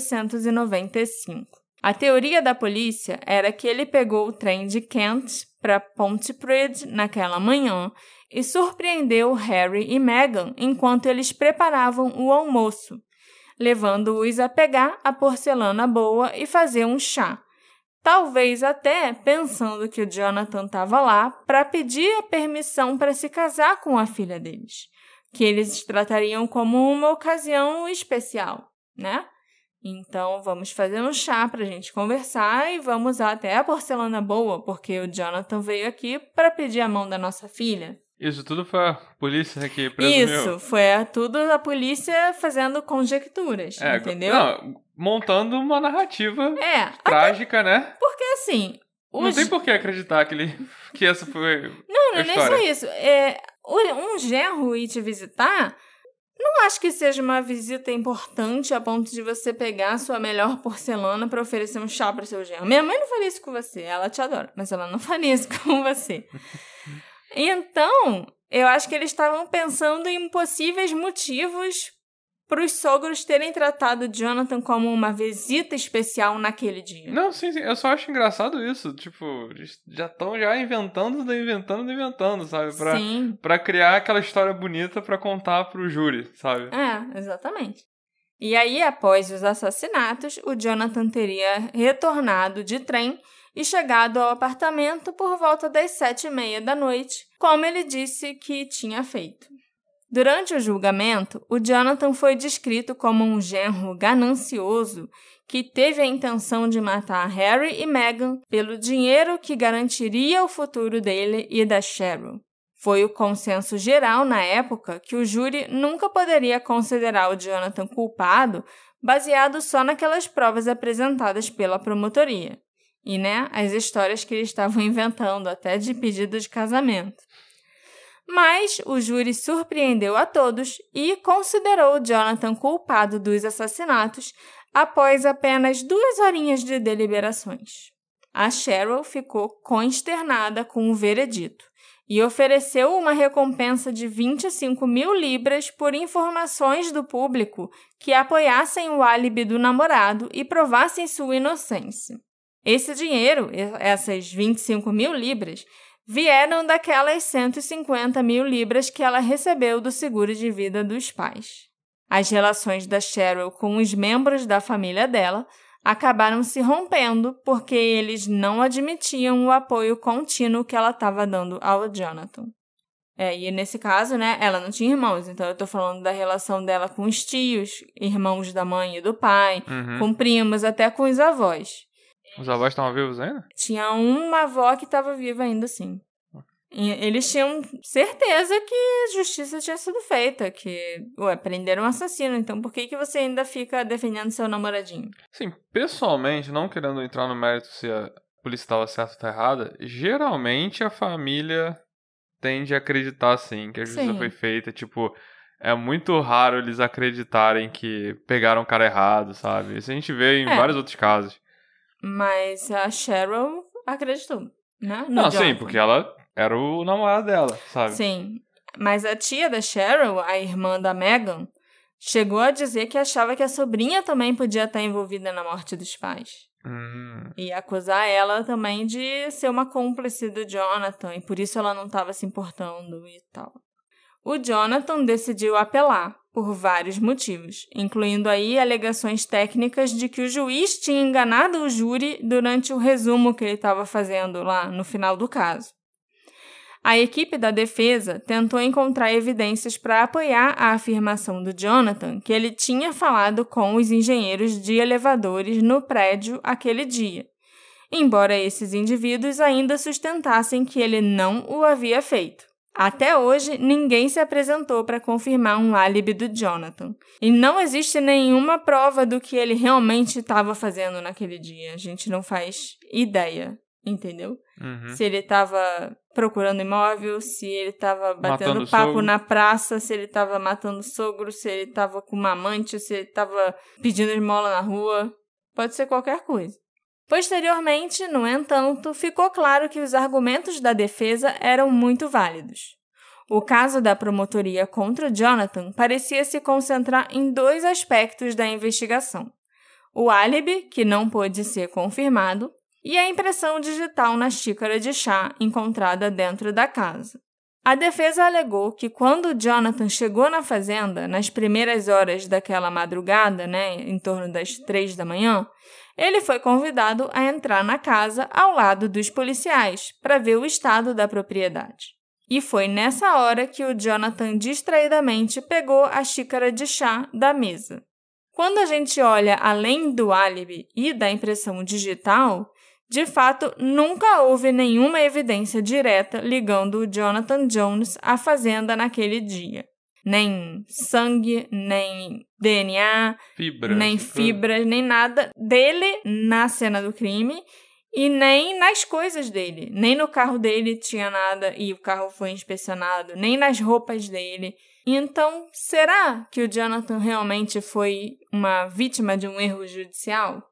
1995. A teoria da polícia era que ele pegou o trem de Kent para Pontypridd naquela manhã e surpreendeu Harry e Meghan enquanto eles preparavam o almoço, levando-os a pegar a porcelana boa e fazer um chá. Talvez até pensando que o Jonathan estava lá para pedir a permissão para se casar com a filha deles, que eles tratariam como uma ocasião especial, né? Então, vamos fazer um chá para a gente conversar e vamos usar até a porcelana boa, porque o Jonathan veio aqui para pedir a mão da nossa filha. Isso tudo foi a polícia que presumiu. Isso, foi tudo a polícia fazendo conjecturas, entendeu? Não, montando uma narrativa trágica, né? Porque assim... Não tem por que acreditar que essa foi Não a é nem história. só isso. Um genro ir te visitar... Não acho que seja uma visita importante a ponto de você pegar a sua melhor porcelana para oferecer um chá para seu genro. Minha mãe não faria isso com você, ela te adora, mas ela não faria isso com você. Então, eu acho que eles estavam pensando em possíveis motivos para os sogros terem tratado Jonathan como uma visita especial naquele dia. Não, sim, eu só acho engraçado isso. Tipo, já estão inventando, sabe? Sim. Pra criar aquela história bonita pra contar pro júri, sabe? Exatamente. E aí, após os assassinatos, o Jonathan teria retornado de trem e chegado ao apartamento por volta das 7h30 da noite, como ele disse que tinha feito. Durante o julgamento, o Jonathan foi descrito como um genro ganancioso que teve a intenção de matar Harry e Meghan pelo dinheiro que garantiria o futuro dele e da Cheryl. Foi o consenso geral na época que o júri nunca poderia considerar o Jonathan culpado baseado só naquelas provas apresentadas pela promotoria e, as histórias que eles estavam inventando, até de pedido de casamento. Mas o júri surpreendeu a todos e considerou Jonathan culpado dos assassinatos após apenas 2 horinhas de deliberações. A Cheryl ficou consternada com o veredito e ofereceu uma recompensa de 25 mil libras por informações do público que apoiassem o álibi do namorado e provassem sua inocência. Esse dinheiro, essas 25 mil libras, vieram daquelas 150 mil libras que ela recebeu do seguro de vida dos pais. As relações da Cheryl com os membros da família dela acabaram se rompendo porque eles não admitiam o apoio contínuo que ela estava dando ao Jonathan. E nesse caso, ela não tinha irmãos, então eu tô falando da relação dela com os tios, irmãos da mãe e do pai, com primos, até com os avós. Os avós estavam vivos ainda? Tinha uma avó que estava viva ainda, sim. E eles tinham certeza que a justiça tinha sido feita, que, prenderam um assassino, então por que você ainda fica defendendo seu namoradinho? Sim, pessoalmente, não querendo entrar no mérito se a polícia estava certa ou tá errada, geralmente a família tende a acreditar, sim, que a justiça foi feita, tipo... é muito raro eles acreditarem que pegaram o cara errado, sabe? Isso a gente vê em vários outros casos. Mas a Cheryl acreditou, né? No Não, Jonathan. sim, porque ela era o namorado dela, sabe? Sim, mas a tia da Cheryl, a irmã da Megan, chegou a dizer que achava que a sobrinha também podia estar envolvida na morte dos pais. E acusar ela também de ser uma cúmplice do Jonathan, e por isso ela não estava se importando e tal. O Jonathan decidiu apelar, por vários motivos, incluindo aí alegações técnicas de que o juiz tinha enganado o júri durante o resumo que ele estava fazendo lá no final do caso. A equipe da defesa tentou encontrar evidências para apoiar a afirmação do Jonathan que ele tinha falado com os engenheiros de elevadores no prédio aquele dia, embora esses indivíduos ainda sustentassem que ele não o havia feito. Até hoje, ninguém se apresentou para confirmar um álibi do Jonathan. E não existe nenhuma prova do que ele realmente estava fazendo naquele dia. A gente não faz ideia, entendeu? Se ele estava procurando imóvel, se ele estava batendo papo na praça, se ele estava matando sogro, se ele estava com uma amante, se ele estava pedindo esmola na rua. Pode ser qualquer coisa. Posteriormente, no entanto, ficou claro que os argumentos da defesa eram muito válidos. O caso da promotoria contra Jonathan parecia se concentrar em 2 aspectos da investigação: o álibi, que não pôde ser confirmado, e a impressão digital na xícara de chá encontrada dentro da casa. A defesa alegou que quando Jonathan chegou na fazenda, nas primeiras horas daquela madrugada, em torno das 3 da manhã, ele foi convidado a entrar na casa ao lado dos policiais para ver o estado da propriedade. E foi nessa hora que o Jonathan distraidamente pegou a xícara de chá da mesa. Quando a gente olha além do álibi e da impressão digital, de fato, nunca houve nenhuma evidência direta ligando o Jonathan Jones à fazenda naquele dia. Nem sangue, nem DNA, nem fibras, nem nada dele na cena do crime e nem nas coisas dele. Nem no carro dele tinha nada e o carro foi inspecionado, nem nas roupas dele. Então, será que o Jonathan realmente foi uma vítima de um erro judicial?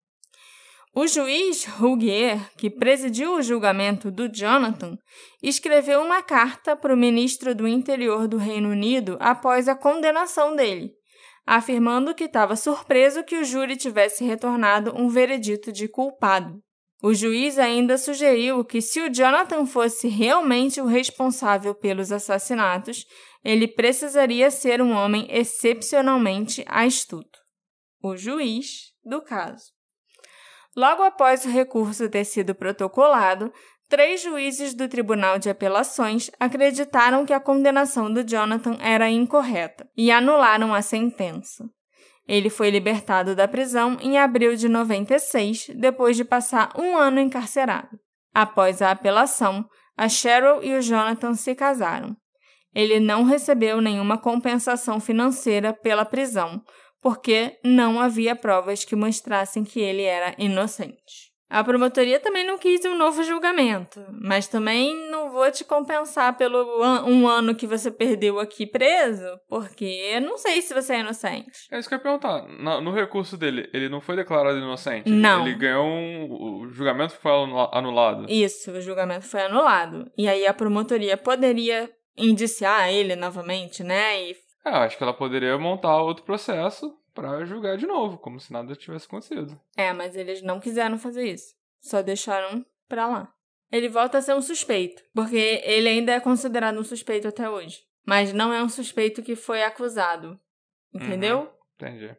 O juiz Rougier, que presidiu o julgamento do Jonathan, escreveu uma carta para o ministro do Interior do Reino Unido após a condenação dele, afirmando que estava surpreso que o júri tivesse retornado um veredito de culpado. O juiz ainda sugeriu que, se o Jonathan fosse realmente o responsável pelos assassinatos, ele precisaria ser um homem excepcionalmente astuto. O juiz do caso. Logo após o recurso ter sido protocolado, 3 juízes do Tribunal de Apelações acreditaram que a condenação do Jonathan era incorreta e anularam a sentença. Ele foi libertado da prisão em abril de 96, depois de passar 1 ano encarcerado. Após a apelação, a Cheryl e o Jonathan se casaram. Ele não recebeu nenhuma compensação financeira pela prisão, porque não havia provas que mostrassem que ele era inocente. A promotoria também não quis um novo julgamento, mas também não vou te compensar pelo 1 ano que você perdeu aqui preso, porque não sei se você é inocente. É isso que eu ia perguntar. No recurso dele, ele não foi declarado inocente? Não. Ele ganhou o julgamento foi anulado? Isso, o julgamento foi anulado. E aí a promotoria poderia indiciar ele novamente, E acho que ela poderia montar outro processo pra julgar de novo, como se nada tivesse acontecido. Mas eles não quiseram fazer isso. Só deixaram pra lá. Ele volta a ser um suspeito, porque ele ainda é considerado um suspeito até hoje. Mas não é um suspeito que foi acusado. Entendeu? Entendi.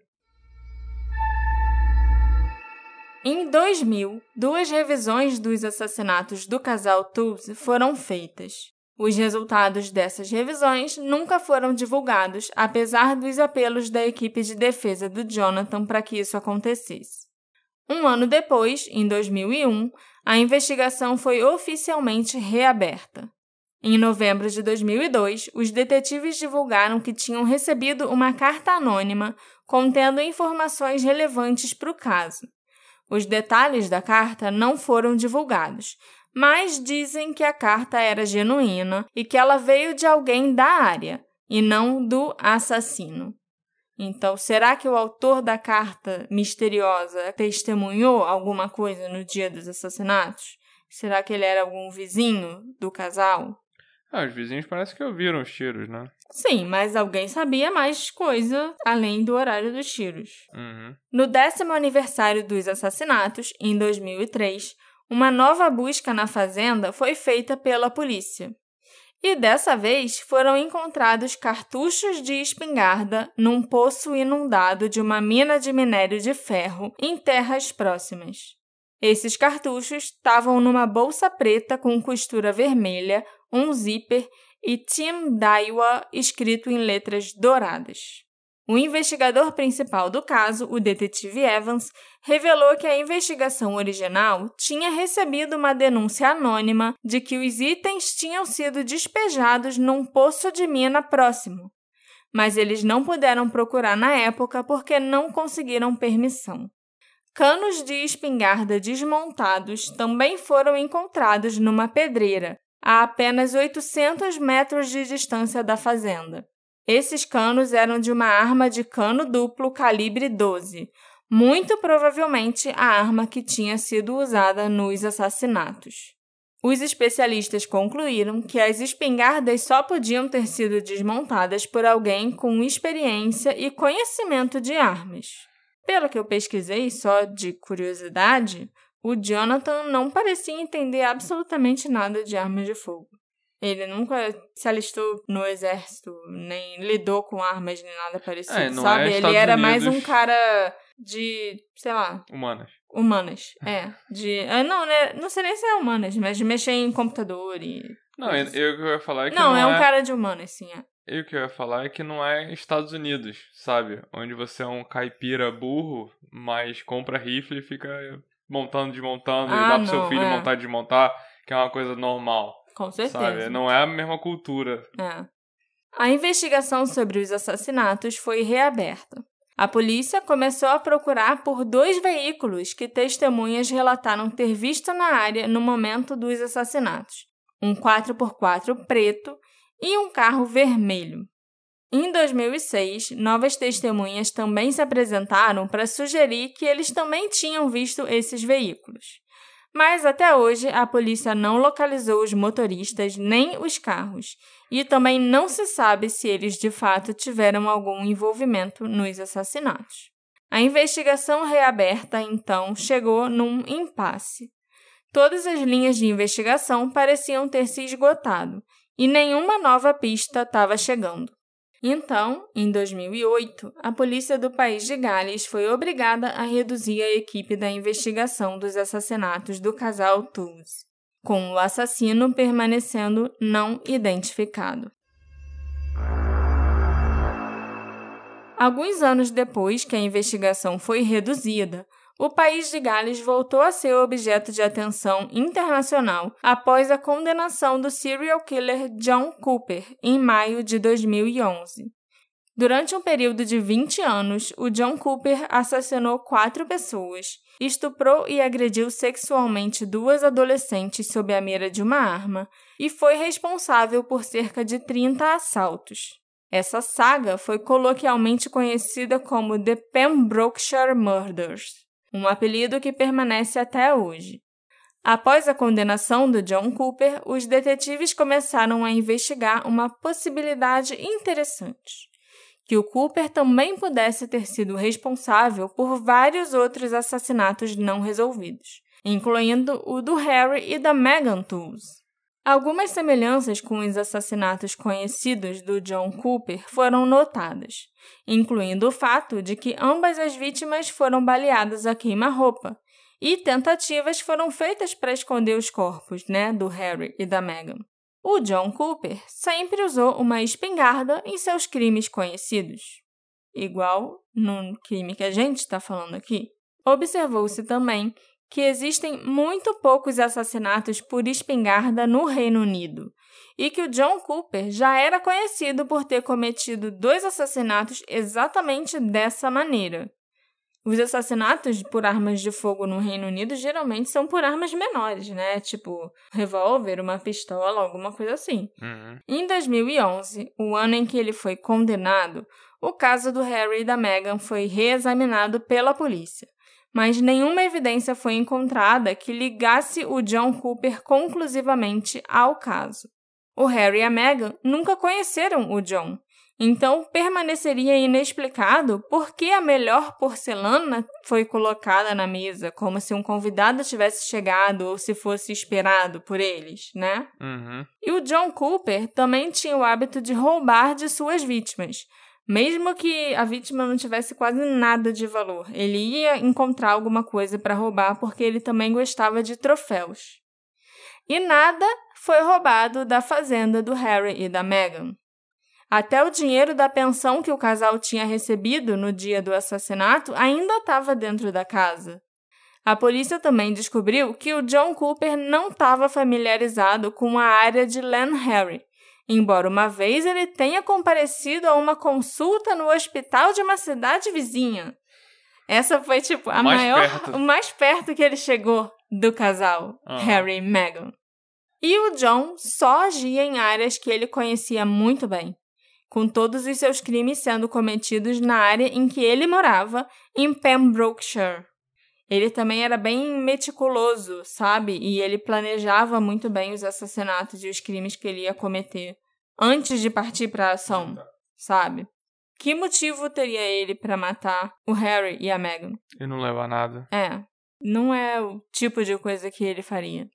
Em 2000, 2 revisões dos assassinatos do casal Toole foram feitas. Os resultados dessas revisões nunca foram divulgados, apesar dos apelos da equipe de defesa do Jonathan para que isso acontecesse. 1 ano depois, em 2001, a investigação foi oficialmente reaberta. Em novembro de 2002, os detetives divulgaram que tinham recebido uma carta anônima contendo informações relevantes para o caso. Os detalhes da carta não foram divulgados, mas dizem que a carta era genuína e que ela veio de alguém da área, e não do assassino. Então, será que o autor da carta misteriosa testemunhou alguma coisa no dia dos assassinatos? Será que ele era algum vizinho do casal? Os vizinhos parece que ouviram os tiros, né? Sim, mas alguém sabia mais coisa além do horário dos tiros. No 10º aniversário dos assassinatos, em 2003, uma nova busca na fazenda foi feita pela polícia. E dessa vez foram encontrados cartuchos de espingarda num poço inundado de uma mina de minério de ferro em terras próximas. Esses cartuchos estavam numa bolsa preta com costura vermelha, um zíper e Team Daiwa escrito em letras douradas. O investigador principal do caso, o detetive Evans, revelou que a investigação original tinha recebido uma denúncia anônima de que os itens tinham sido despejados num poço de mina próximo, mas eles não puderam procurar na época porque não conseguiram permissão. Canos de espingarda desmontados também foram encontrados numa pedreira, a apenas 800 metros de distância da fazenda. Esses canos eram de uma arma de cano duplo calibre 12, muito provavelmente a arma que tinha sido usada nos assassinatos. Os especialistas concluíram que as espingardas só podiam ter sido desmontadas por alguém com experiência e conhecimento de armas. Pelo que eu pesquisei, só de curiosidade, o Jonathan não parecia entender absolutamente nada de armas de fogo. Ele nunca se alistou no exército, nem lidou com armas, nem nada parecido, sabe? Ele era mais um cara de, sei lá... Humanas, Não sei nem se é humanas, mas de mexer em computador e... Não, o que eu ia falar é que não é um cara de humanas, sim, é. E o que eu ia falar é que não é Estados Unidos, sabe? Onde você é um caipira burro, mas compra rifle e fica montando, desmontando, e dá pro seu filho montar e desmontar, que é uma coisa normal. Com certeza. Sabe? Não é a mesma cultura. A investigação sobre os assassinatos foi reaberta. A polícia começou a procurar por 2 veículos que testemunhas relataram ter visto na área no momento dos assassinatos. Um 4x4 preto e um carro vermelho. Em 2006, novas testemunhas também se apresentaram para sugerir que eles também tinham visto esses veículos. Mas até hoje a polícia não localizou os motoristas nem os carros, e também não se sabe se eles de fato tiveram algum envolvimento nos assassinatos. A investigação reaberta, então, chegou num impasse. Todas as linhas de investigação pareciam ter se esgotado, e nenhuma nova pista estava chegando. Então, em 2008, a polícia do país de Gales foi obrigada a reduzir a equipe da investigação dos assassinatos do casal Toews, com o assassino permanecendo não identificado. Alguns anos depois que a investigação foi reduzida, o país de Gales voltou a ser objeto de atenção internacional após a condenação do serial killer John Cooper, em maio de 2011. Durante um período de 20 anos, o John Cooper assassinou 4 pessoas, estuprou e agrediu sexualmente 2 adolescentes sob a mira de uma arma e foi responsável por cerca de 30 assaltos. Essa saga foi coloquialmente conhecida como The Pembrokeshire Murders, um apelido que permanece até hoje. Após a condenação do John Cooper, os detetives começaram a investigar uma possibilidade interessante: que o Cooper também pudesse ter sido responsável por vários outros assassinatos não resolvidos, incluindo o do Harry e da Meghan Toews. Algumas semelhanças com os assassinatos conhecidos do John Cooper foram notadas, incluindo o fato de que ambas as vítimas foram baleadas a queima-roupa e tentativas foram feitas para esconder os corpos, do Harry e da Meghan. O John Cooper sempre usou uma espingarda em seus crimes conhecidos, igual no crime que a gente está falando aqui. Observou-se também que existem muito poucos assassinatos por espingarda no Reino Unido e que o John Cooper já era conhecido por ter cometido 2 assassinatos exatamente dessa maneira. Os assassinatos por armas de fogo no Reino Unido geralmente são por armas menores, né? Tipo, revólver, uma pistola, alguma coisa assim. Em 2011, o ano em que ele foi condenado, o caso do Harry e da Meghan foi reexaminado pela polícia, mas nenhuma evidência foi encontrada que ligasse o John Cooper conclusivamente ao caso. O Harry e a Meghan nunca conheceram o John, então permaneceria inexplicado por que a melhor porcelana foi colocada na mesa, como se um convidado tivesse chegado ou se fosse esperado por eles, né? E o John Cooper também tinha o hábito de roubar de suas vítimas, mesmo que a vítima não tivesse quase nada de valor. Ele ia encontrar alguma coisa para roubar porque ele também gostava de troféus. E nada foi roubado da fazenda do Harry e da Meghan. Até o dinheiro da pensão que o casal tinha recebido no dia do assassinato ainda estava dentro da casa. A polícia também descobriu que o John Cooper não estava familiarizado com a área de Lanham, embora uma vez ele tenha comparecido a uma consulta no hospital de uma cidade vizinha. Essa foi, tipo, o mais perto que ele chegou do casal, Harry e Meghan. E o John só agia em áreas que ele conhecia muito bem, com todos os seus crimes sendo cometidos na área em que ele morava, em Pembrokeshire. Ele também era bem meticuloso, sabe? E ele planejava muito bem os assassinatos e os crimes que ele ia cometer antes de partir para a ação, sabe? Que motivo teria ele para matar o Harry e a Meghan? E não leva a nada. Não é o tipo de coisa que ele faria.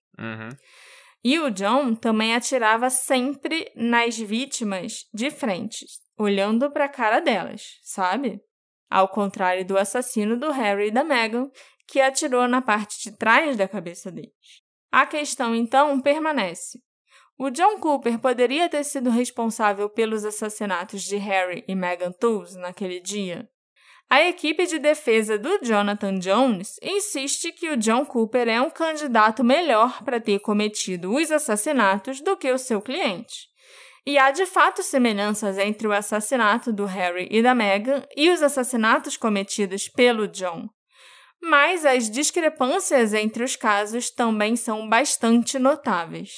E o John também atirava sempre nas vítimas de frente, olhando para a cara delas, sabe? Ao contrário do assassino do Harry e da Meghan, que atirou na parte de trás da cabeça deles. A questão, então, permanece. O John Cooper poderia ter sido responsável pelos assassinatos de Harry e Meghan Tulls naquele dia? A equipe de defesa do Jonathan Jones insiste que o John Cooper é um candidato melhor para ter cometido os assassinatos do que o seu cliente. E há de fato semelhanças entre o assassinato do Harry e da Meghan e os assassinatos cometidos pelo John. Mas as discrepâncias entre os casos também são bastante notáveis.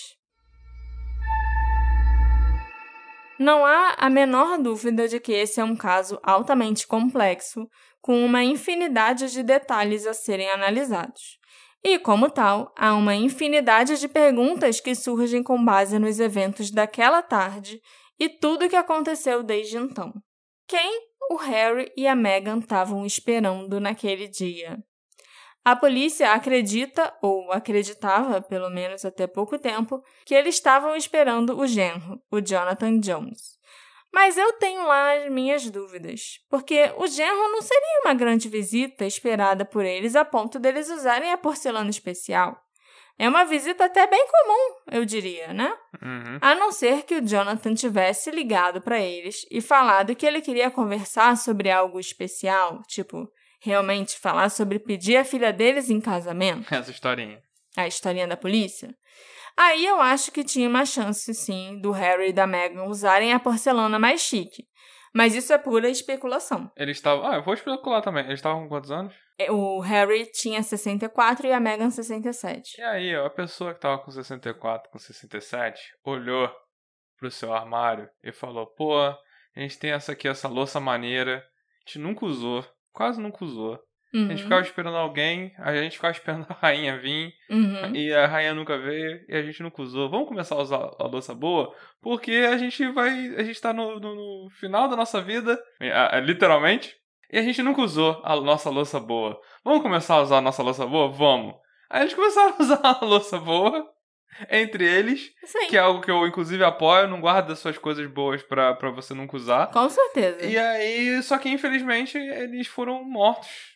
Não há a menor dúvida de que esse é um caso altamente complexo, com uma infinidade de detalhes a serem analisados. E, como tal, há uma infinidade de perguntas que surgem com base nos eventos daquela tarde e tudo o que aconteceu desde então. Quem o Harry e a Meghan estavam esperando naquele dia? A polícia acredita, ou acreditava, pelo menos até pouco tempo, que eles estavam esperando o genro, o Jonathan Jones. Mas eu tenho lá as minhas dúvidas, porque o genro não seria uma grande visita esperada por eles a ponto deles usarem a porcelana especial. É uma visita até bem comum, eu diria, né? A não ser que o Jonathan tivesse ligado para eles e falado que ele queria conversar sobre algo especial, tipo, realmente falar sobre pedir a filha deles em casamento. Essa historinha. A historinha da polícia. Aí eu acho que tinha uma chance, sim, do Harry e da Meghan usarem a porcelana mais chique. Mas isso é pura especulação. Eles estavam... eu vou especular também. Eles estavam com quantos anos? O Harry tinha 64 e a Meghan 67. E aí, a pessoa que tava com 64, com 67, olhou pro seu armário e falou, pô, a gente tem essa louça maneira, a gente nunca usou, quase nunca usou. A gente ficava esperando alguém, a gente ficava esperando a rainha vir, e a rainha nunca veio, e a gente nunca usou. Vamos começar a usar a louça boa? Porque a gente tá no final da nossa vida, literalmente, e a gente nunca usou a nossa louça boa. Vamos começar a usar a nossa louça boa? Vamos! Aí eles começaram a usar a louça boa, entre eles, Sim. Que é algo que eu inclusive apoio, não guarda suas coisas boas pra você nunca usar. Com certeza. E aí, só que infelizmente eles foram mortos.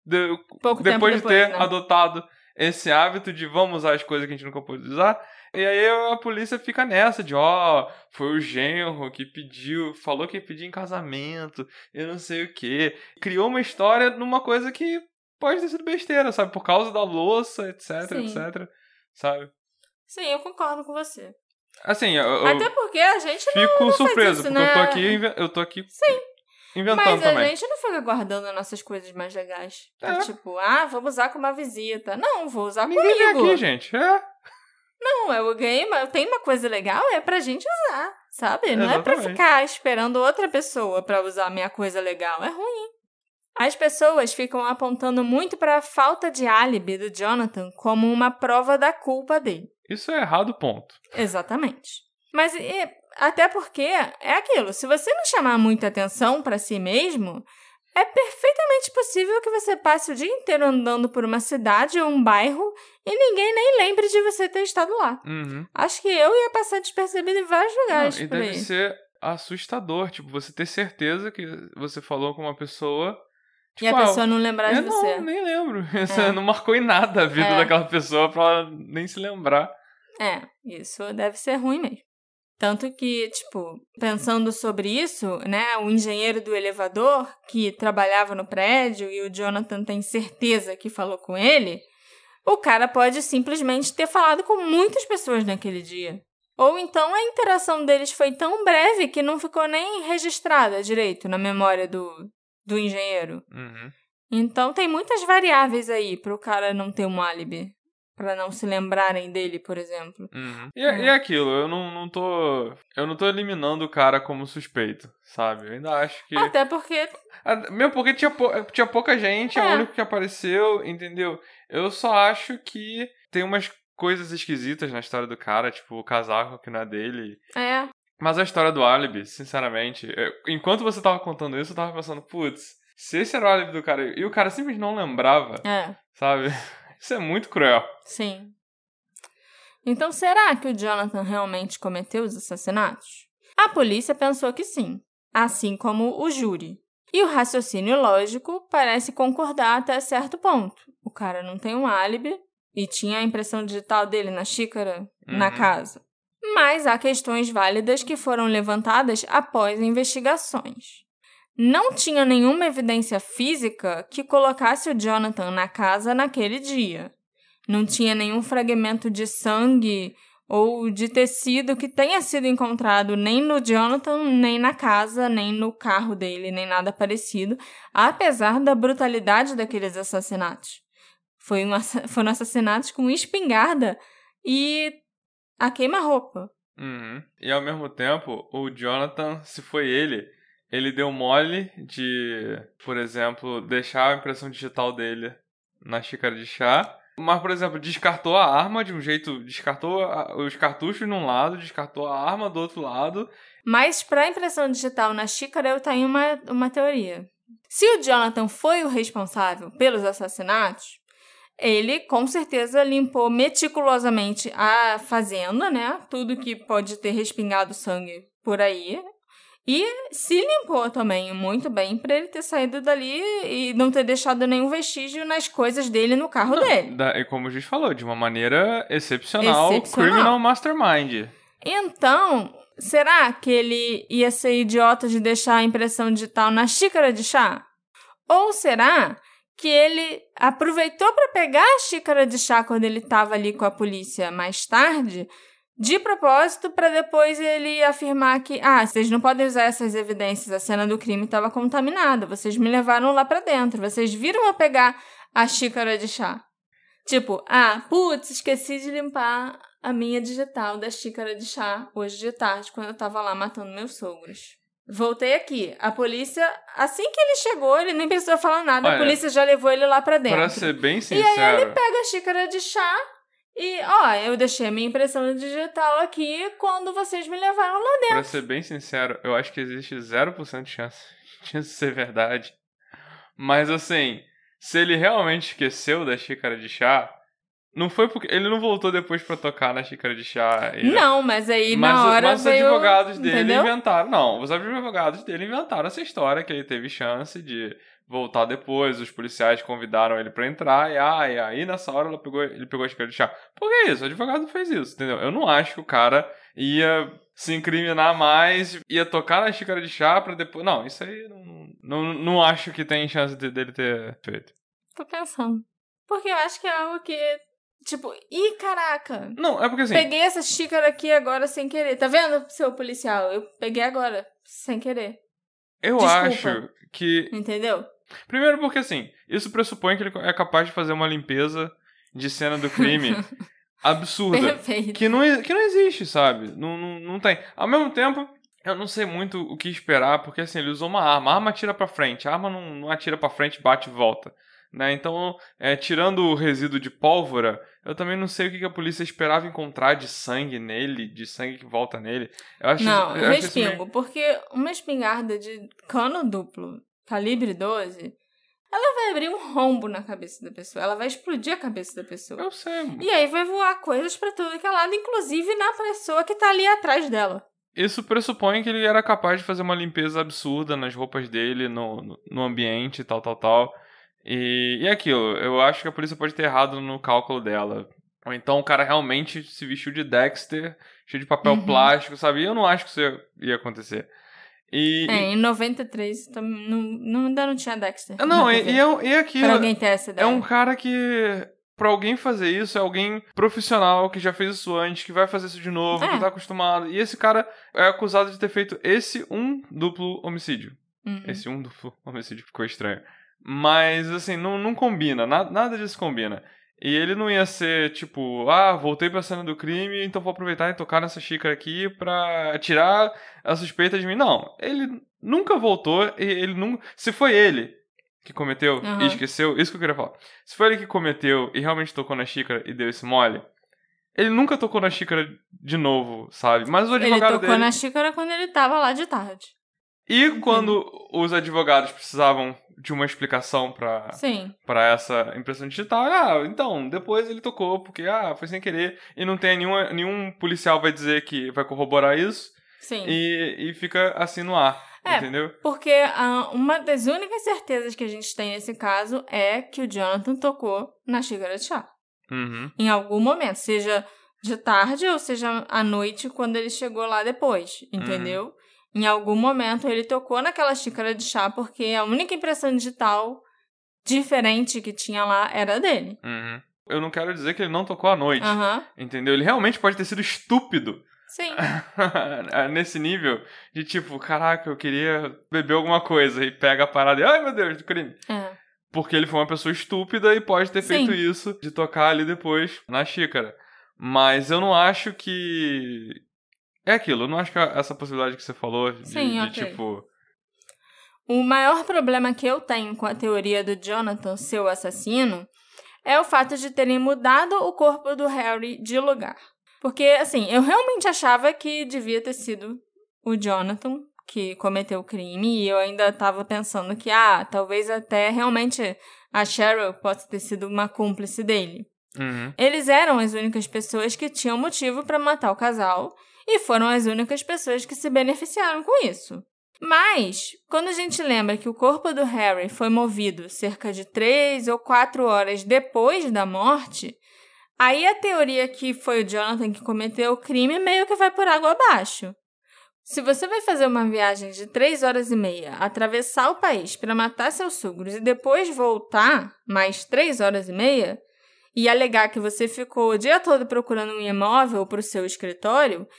Depois de ter né? adotado esse hábito de vamos usar as coisas que a gente nunca pôde usar. E aí a polícia fica nessa de, foi o genro que falou que ia pedir em casamento, eu não sei o quê. Criou uma história numa coisa que pode ter sido besteira, sabe? Por causa da louça, etc, Sim. etc, sabe? Sim, eu concordo com você. Assim, Até porque a gente fico não surpreso, faz isso, porque né? eu tô aqui Sim. inventando Mas também. a gente não fica guardando nossas coisas mais legais. É. Tipo, vamos usar como uma visita. Não, vou usar Ninguém vem comigo. aqui, gente. É. Não, eu tenho uma coisa legal, é pra gente usar, sabe? Não é pra Exatamente. ficar esperando outra pessoa pra usar a minha coisa legal. É ruim. As pessoas ficam apontando muito pra falta de álibi do Jonathan como uma prova da culpa dele. Isso é errado, ponto. Exatamente. Mas até porque é aquilo, se você não chamar muita atenção pra si mesmo, é perfeitamente possível que você passe o dia inteiro andando por uma cidade ou um bairro e ninguém nem lembre de você ter estado lá. Uhum. Acho que eu ia passar despercebido em vários lugares E por aí. deve ser assustador, tipo, você ter certeza que você falou com uma pessoa... E a pessoa não lembrar de você. Não, nem lembro. Você não marcou em nada a vida daquela pessoa pra ela nem se lembrar. Isso deve ser ruim mesmo. Tanto que, tipo, pensando sobre isso, né, o engenheiro do elevador que trabalhava no prédio e o Jonathan tem certeza que falou com ele, o cara pode simplesmente ter falado com muitas pessoas naquele dia. Ou então a interação deles foi tão breve que não ficou nem registrada direito na memória do engenheiro. Uhum. Então tem muitas variáveis aí pro cara não ter um álibi. Pra não se lembrarem dele, por exemplo. Uhum. E é aquilo, eu não tô eliminando o cara como suspeito, sabe? Eu ainda acho que... Até porque... Mesmo porque tinha pouca gente, é o único que apareceu, entendeu? Eu só acho que tem umas coisas esquisitas na história do cara, tipo o casaco que não é dele. Mas a história do álibi, sinceramente, enquanto você tava contando isso, eu tava pensando, putz, se esse era o álibi do cara e o cara simplesmente não lembrava, sabe? Isso é muito cruel. Sim. Então, será que o Jonathan realmente cometeu os assassinatos? A polícia pensou que sim, assim como o júri. E o raciocínio lógico parece concordar até certo ponto. O cara não tem um álibi e tinha a impressão digital dele na xícara na casa. Mas há questões válidas que foram levantadas após investigações. Não tinha nenhuma evidência física que colocasse o Jonathan na casa naquele dia. Não tinha nenhum fragmento de sangue ou de tecido que tenha sido encontrado nem no Jonathan, nem na casa, nem no carro dele, nem nada parecido, apesar da brutalidade daqueles assassinatos. Foram assassinatos com espingarda e a queima-roupa. E ao mesmo tempo, o Jonathan, se foi ele deu mole de, por exemplo, deixar a impressão digital dele na xícara de chá. Mas, por exemplo, descartou a arma de um jeito... Descartou os cartuchos num lado, descartou a arma do outro lado. Mas para impressão digital na xícara, eu tenho uma teoria. Se o Jonathan foi o responsável pelos assassinatos, ele com certeza limpou meticulosamente a fazenda, né? Tudo que pode ter respingado sangue por aí. E se limpou também muito bem para ele ter saído dali e não ter deixado nenhum vestígio nas coisas dele no carro dele. E como a gente falou, de uma maneira excepcional. Criminal Mastermind. Então, será que ele ia ser idiota de deixar a impressão digital na xícara de chá? Ou será que ele aproveitou para pegar a xícara de chá quando ele estava ali com a polícia mais tarde... de propósito, para depois ele afirmar que vocês não podem usar essas evidências, a cena do crime estava contaminada, vocês me levaram lá para dentro, vocês viram eu pegar a xícara de chá. Tipo, putz, esqueci de limpar a minha digital da xícara de chá hoje de tarde, quando eu estava lá matando meus sogros. Voltei aqui. A polícia, assim que ele chegou, ele nem precisou falar nada, a polícia já levou ele lá para dentro. Pra ser bem sincero... E aí ele pega a xícara de chá e, eu deixei a minha impressão digital aqui quando vocês me levaram lá dentro. Pra ser bem sincero, eu acho que existe 0% de chance de ser verdade. Mas assim, se ele realmente esqueceu da xícara de chá, não foi porque... Ele não voltou depois pra tocar na xícara de chá. Não, mas aí na hora mas veio... os advogados dele entendeu? inventaram... Não, os advogados dele inventaram essa história que ele teve chance de voltar depois, os policiais convidaram ele pra entrar, e aí nessa hora ele pegou a xícara de chá. Por que isso? O advogado fez isso, entendeu? Eu não acho que o cara ia se incriminar mais, ia tocar na xícara de chá pra depois... Não, isso aí não acho que tem chance dele ter feito. Tô pensando. Porque eu acho que é algo que... Tipo, caraca! Não, é porque assim... Peguei essa xícara aqui agora sem querer. Tá vendo, seu policial? Eu peguei agora, sem querer. Eu Desculpa. acho que... Entendeu? Primeiro porque, assim, isso pressupõe que ele é capaz de fazer uma limpeza de cena do crime absurda. Perfeito. Que não existe, sabe? Não tem. Ao mesmo tempo, eu não sei muito o que esperar, porque, assim, ele usou uma arma. A arma atira pra frente. A arma não atira pra frente, bate e volta. Né? Então, tirando o resíduo de pólvora, eu também não sei o que a polícia esperava encontrar de sangue nele, de sangue que volta nele. Eu acho respingo, porque uma espingarda de cano duplo, calibre 12, ela vai abrir um rombo na cabeça da pessoa, ela vai explodir a cabeça da pessoa. Eu sei. E aí vai voar coisas pra tudo que é lado, inclusive na pessoa que tá ali atrás dela. Isso pressupõe que ele era capaz de fazer uma limpeza absurda nas roupas dele, no ambiente, tal. E aquilo, eu acho que a polícia pode ter errado no cálculo dela. Ou então o cara realmente se vestiu de Dexter, cheio de papel plástico, sabe? E eu não acho que isso ia acontecer. Em 93 ainda não tinha Dexter. Não, e aquilo... Pra alguém ter essa ideia. É um cara que... Pra alguém fazer isso, é alguém profissional que já fez isso antes, que vai fazer isso de novo, que tá acostumado. E esse cara é acusado de ter feito esse duplo homicídio. Esse duplo homicídio ficou estranho. Mas, assim, não combina. Nada disso combina. E ele não ia ser, tipo, voltei pra cena do crime, então vou aproveitar e tocar nessa xícara aqui pra tirar a suspeita de mim. Não, ele nunca voltou, ele nunca... Se foi ele que cometeu e esqueceu, isso que eu queria falar. Se foi ele que cometeu e realmente tocou na xícara e deu esse mole, ele nunca tocou na xícara de novo, sabe? Mas o advogado ele tocou na xícara quando ele tava lá de tarde. E quando os advogados precisavam de uma explicação pra essa impressão digital, então, depois ele tocou, porque, foi sem querer, e não tem nenhum policial vai dizer que vai corroborar isso, e fica assim no ar, entendeu? Porque uma das únicas certezas que a gente tem nesse caso é que o Jonathan tocou na xícara de chá. Em algum momento, seja de tarde ou seja à noite, quando ele chegou lá depois, entendeu? Em algum momento ele tocou naquela xícara de chá porque a única impressão digital diferente que tinha lá era dele. Eu não quero dizer que ele não tocou à noite, entendeu? Ele realmente pode ter sido estúpido. Sim. Nesse nível de tipo, caraca, eu queria beber alguma coisa e pega a parada e, ai meu Deus, do crime. Porque ele foi uma pessoa estúpida e pode ter feito isso, de tocar ali depois na xícara. Mas eu não acho que... É aquilo, eu não acho que essa possibilidade que você falou de tipo... O maior problema que eu tenho com a teoria do Jonathan ser o assassino é o fato de terem mudado o corpo do Harry de lugar. Porque, assim, eu realmente achava que devia ter sido o Jonathan que cometeu o crime e eu ainda estava pensando que, talvez até realmente a Cheryl possa ter sido uma cúmplice dele. Eles eram as únicas pessoas que tinham motivo para matar o casal e foram as únicas pessoas que se beneficiaram com isso. Mas, quando a gente lembra que o corpo do Harry foi movido cerca de 3 ou 4 horas depois da morte, aí a teoria que foi o Jonathan que cometeu o crime meio que vai por água abaixo. Se você vai fazer uma viagem de 3 horas e meia, atravessar o país para matar seus sogros e depois voltar mais 3 horas e meia, e alegar que você ficou o dia todo procurando um imóvel para o seu escritório,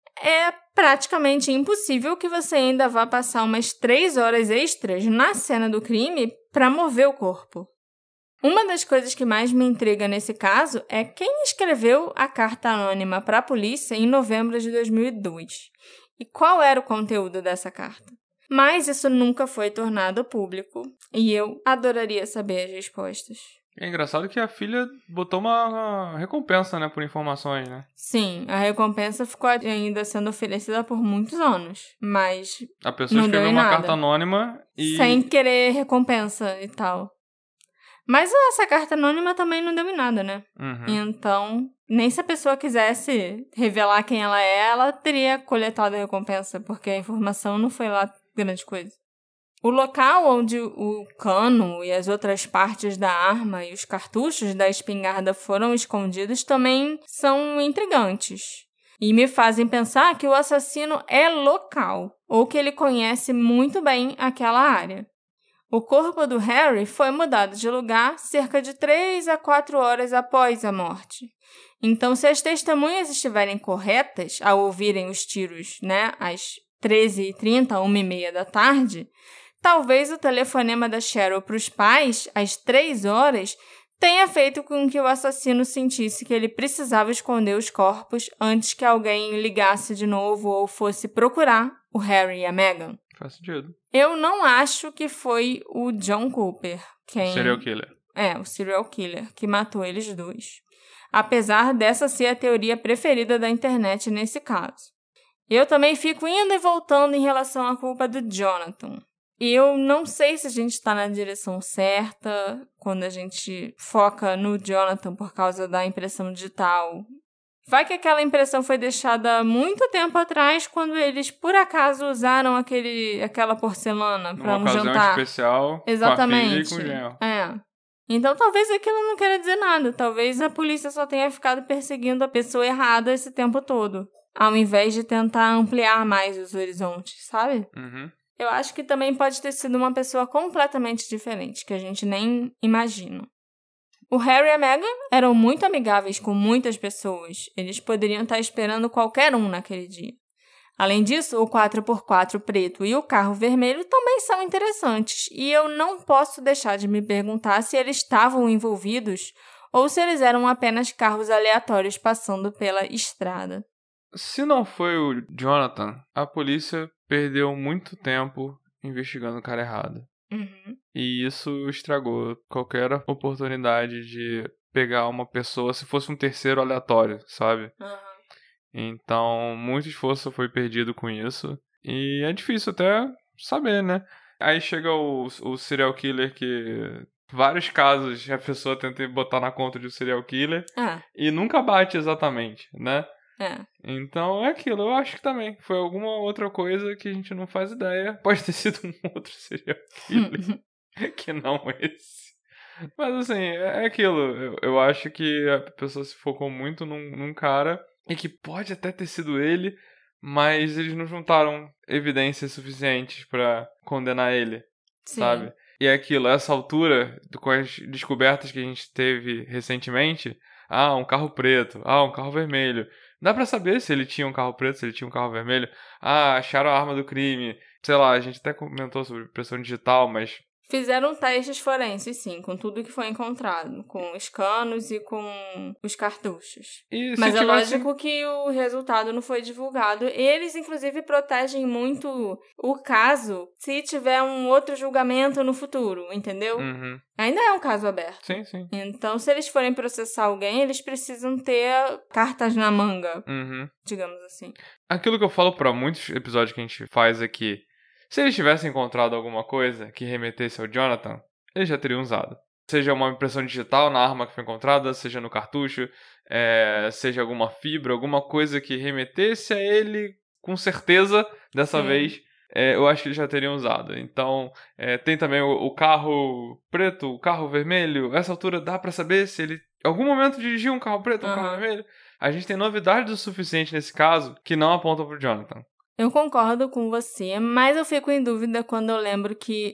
é praticamente impossível que você ainda vá passar umas 3 horas extras na cena do crime para mover o corpo. Uma das coisas que mais me intriga nesse caso é quem escreveu a carta anônima para a polícia em novembro de 2002 e qual era o conteúdo dessa carta. Mas isso nunca foi tornado público e eu adoraria saber as respostas. É engraçado que a filha botou uma recompensa, né, por informações, né? Sim, a recompensa ficou ainda sendo oferecida por muitos anos, mas a pessoa escreveu uma carta anônima e... sem querer recompensa e tal. Mas essa carta anônima também não deu em nada, né? Então, nem se a pessoa quisesse revelar quem ela é, ela teria coletado a recompensa, porque a informação não foi lá grande coisa. O local onde o cano e as outras partes da arma e os cartuchos da espingarda foram escondidos também são intrigantes. E me fazem pensar que o assassino é local, ou que ele conhece muito bem aquela área. O corpo do Harry foi mudado de lugar cerca de 3 a 4 horas após a morte. Então, se as testemunhas estiverem corretas ao ouvirem os tiros, né, as 13h30, 1h30 da tarde, talvez o telefonema da Cheryl para os pais, às 3 horas, tenha feito com que o assassino sentisse que ele precisava esconder os corpos antes que alguém ligasse de novo ou fosse procurar o Harry e a Meghan. Faz sentido. Eu não acho que foi o John Cooper quem... Serial killer. O serial killer que matou eles dois. Apesar dessa ser a teoria preferida da internet nesse caso. Eu também fico indo e voltando em relação à culpa do Jonathan. Eu não sei se a gente está na direção certa quando a gente foca no Jonathan por causa da impressão digital. Vai que aquela impressão foi deixada muito tempo atrás quando eles, por acaso, usaram aquela porcelana para um jantar. Uma ocasião especial. Exatamente. Com a filha e com o genro. Então, talvez aquilo não queira dizer nada. Talvez a polícia só tenha ficado perseguindo a pessoa errada esse tempo todo, ao invés de tentar ampliar mais os horizontes, sabe? Uhum. Eu acho que também pode ter sido uma pessoa completamente diferente, que a gente nem imagina. O Harry e a Meghan eram muito amigáveis com muitas pessoas. Eles poderiam estar esperando qualquer um naquele dia. Além disso, o 4x4 preto e o carro vermelho também são interessantes. E eu não posso deixar de me perguntar se eles estavam envolvidos ou se eles eram apenas carros aleatórios passando pela estrada. Se não foi o Jonathan, a polícia perdeu muito tempo investigando o cara errado. Uhum. E isso estragou qualquer oportunidade de pegar uma pessoa se fosse um terceiro aleatório, sabe? Uhum. Então, muito esforço foi perdido com isso. E é difícil até saber, né? Aí chega o serial killer que... Vários casos a pessoa tenta botar na conta de um serial killer e nunca bate exatamente, né? Então é aquilo, eu acho que também foi alguma outra coisa que a gente não faz ideia. Pode ter sido um outro serial killer que não esse. Mas assim, é aquilo. Eu acho que a pessoa se focou muito num cara e que pode até ter sido ele, mas eles não juntaram evidências suficientes pra condenar ele, sabe? E é aquilo, essa altura, com as descobertas que a gente teve recentemente, um carro preto, um carro vermelho. Dá pra saber se ele tinha um carro preto, se ele tinha um carro vermelho. Acharam a arma do crime. Sei lá, a gente até comentou sobre impressão digital, mas... Fizeram testes forenses, sim, com tudo que foi encontrado. Com os canos e com os cartuchos. Mas é lógico que o resultado não foi divulgado. Eles, inclusive, protegem muito o caso se tiver um outro julgamento no futuro, entendeu? Uhum. Ainda é um caso aberto. Sim, sim. Então, se eles forem processar alguém, eles precisam ter cartas na manga, digamos assim. Aquilo que eu falo pra muitos episódios que a gente faz aqui, se eles tivessem encontrado alguma coisa que remetesse ao Jonathan, eles já teriam usado. Seja uma impressão digital na arma que foi encontrada, seja no cartucho, seja alguma fibra, alguma coisa que remetesse a ele, com certeza, dessa vez, eu acho que eles já teriam usado. Então, tem também o carro preto, o carro vermelho. Essa altura dá pra saber se ele, em algum momento, dirigiu um carro preto ou um carro vermelho. A gente tem novidades o suficiente nesse caso que não apontam pro Jonathan. Eu concordo com você, mas eu fico em dúvida quando eu lembro que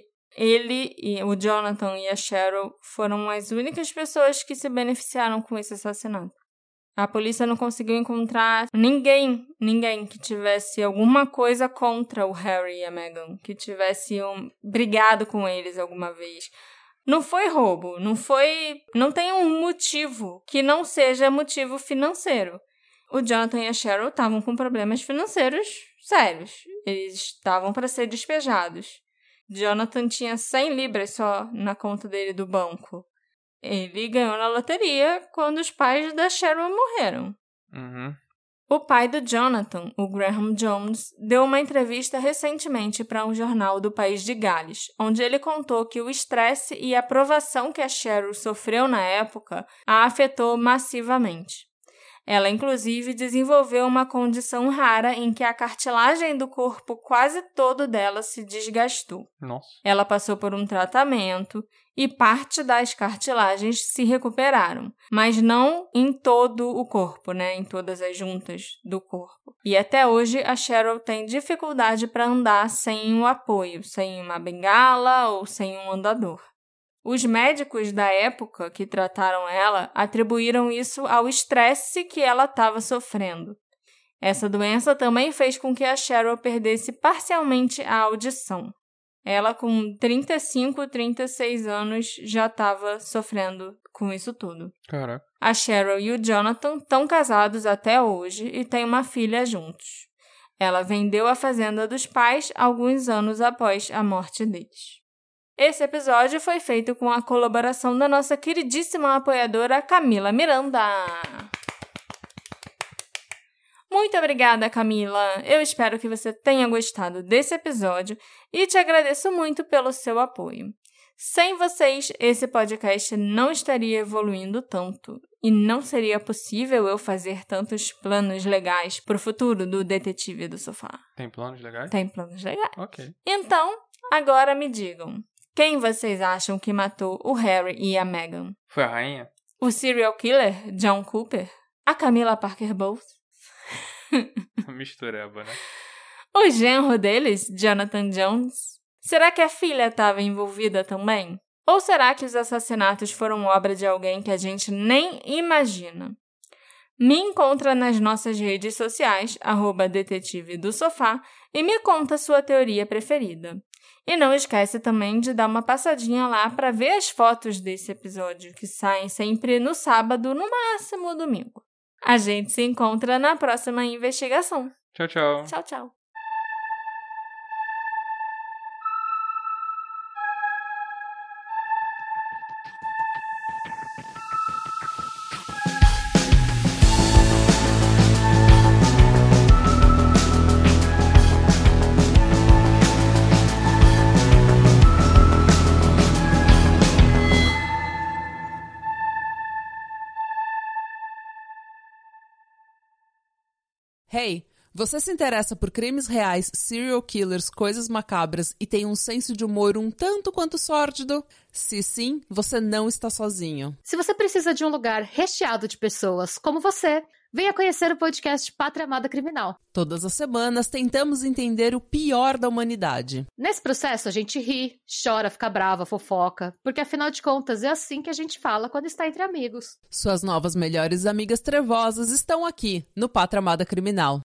o Jonathan e a Cheryl foram as únicas pessoas que se beneficiaram com esse assassinato. A polícia não conseguiu encontrar ninguém que tivesse alguma coisa contra o Harry e a Meghan, que tivesse brigado com eles alguma vez. Não foi roubo, não tem um motivo que não seja motivo financeiro. O Jonathan e a Cheryl estavam com problemas financeiros sérios. Eles estavam para ser despejados. Jonathan tinha 100 libras só na conta dele do banco. Ele ganhou na loteria quando os pais da Cheryl morreram. Uhum. O pai do Jonathan, o Graham Jones, deu uma entrevista recentemente para um jornal do país de Gales, onde ele contou que o estresse e a provação que a Cheryl sofreu na época a afetou massivamente. Ela, inclusive, desenvolveu uma condição rara em que a cartilagem do corpo quase todo dela se desgastou. Nossa. Ela passou por um tratamento e parte das cartilagens se recuperaram, mas não em todo o corpo, né? Em todas as juntas do corpo. E até hoje a Cheryl tem dificuldade para andar sem um apoio, sem uma bengala ou sem um andador. Os médicos da época que trataram ela atribuíram isso ao estresse que ela estava sofrendo. Essa doença também fez com que a Cheryl perdesse parcialmente a audição. Ela, com 35, 36 anos, já estava sofrendo com isso tudo. Caraca. A Cheryl e o Jonathan estão casados até hoje e têm uma filha juntos. Ela vendeu a fazenda dos pais alguns anos após a morte deles. Esse episódio foi feito com a colaboração da nossa queridíssima apoiadora Camila Miranda. Muito obrigada, Camila! Eu espero que você tenha gostado desse episódio e te agradeço muito pelo seu apoio. Sem vocês, esse podcast não estaria evoluindo tanto e não seria possível eu fazer tantos planos legais para o futuro do Detetive do Sofá. Tem planos legais? Tem planos legais. Ok. Então, agora me digam, quem vocês acham que matou o Harry e a Meghan? Foi a rainha? O serial killer, John Cooper? A Camila Parker Bowles? Mistureba, né? O genro deles, Jonathan Jones? Será que a filha estava envolvida também? Ou será que os assassinatos foram obra de alguém que a gente nem imagina? Me encontra nas nossas redes sociais, @detetive do sofá, e me conta sua teoria preferida. E não esquece também de dar uma passadinha lá para ver as fotos desse episódio, que saem sempre no sábado, no máximo domingo. A gente se encontra na próxima investigação. Tchau, tchau. Tchau, tchau. Hey, você se interessa por crimes reais, serial killers, coisas macabras e tem um senso de humor um tanto quanto sórdido? Se sim, você não está sozinho. Se você precisa de um lugar recheado de pessoas como você, venha conhecer o podcast Pátria Amada Criminal. Todas as semanas tentamos entender o pior da humanidade. Nesse processo a gente ri, chora, fica brava, fofoca, porque afinal de contas é assim que a gente fala quando está entre amigos. Suas novas melhores amigas trevosas estão aqui, no Pátria Amada Criminal.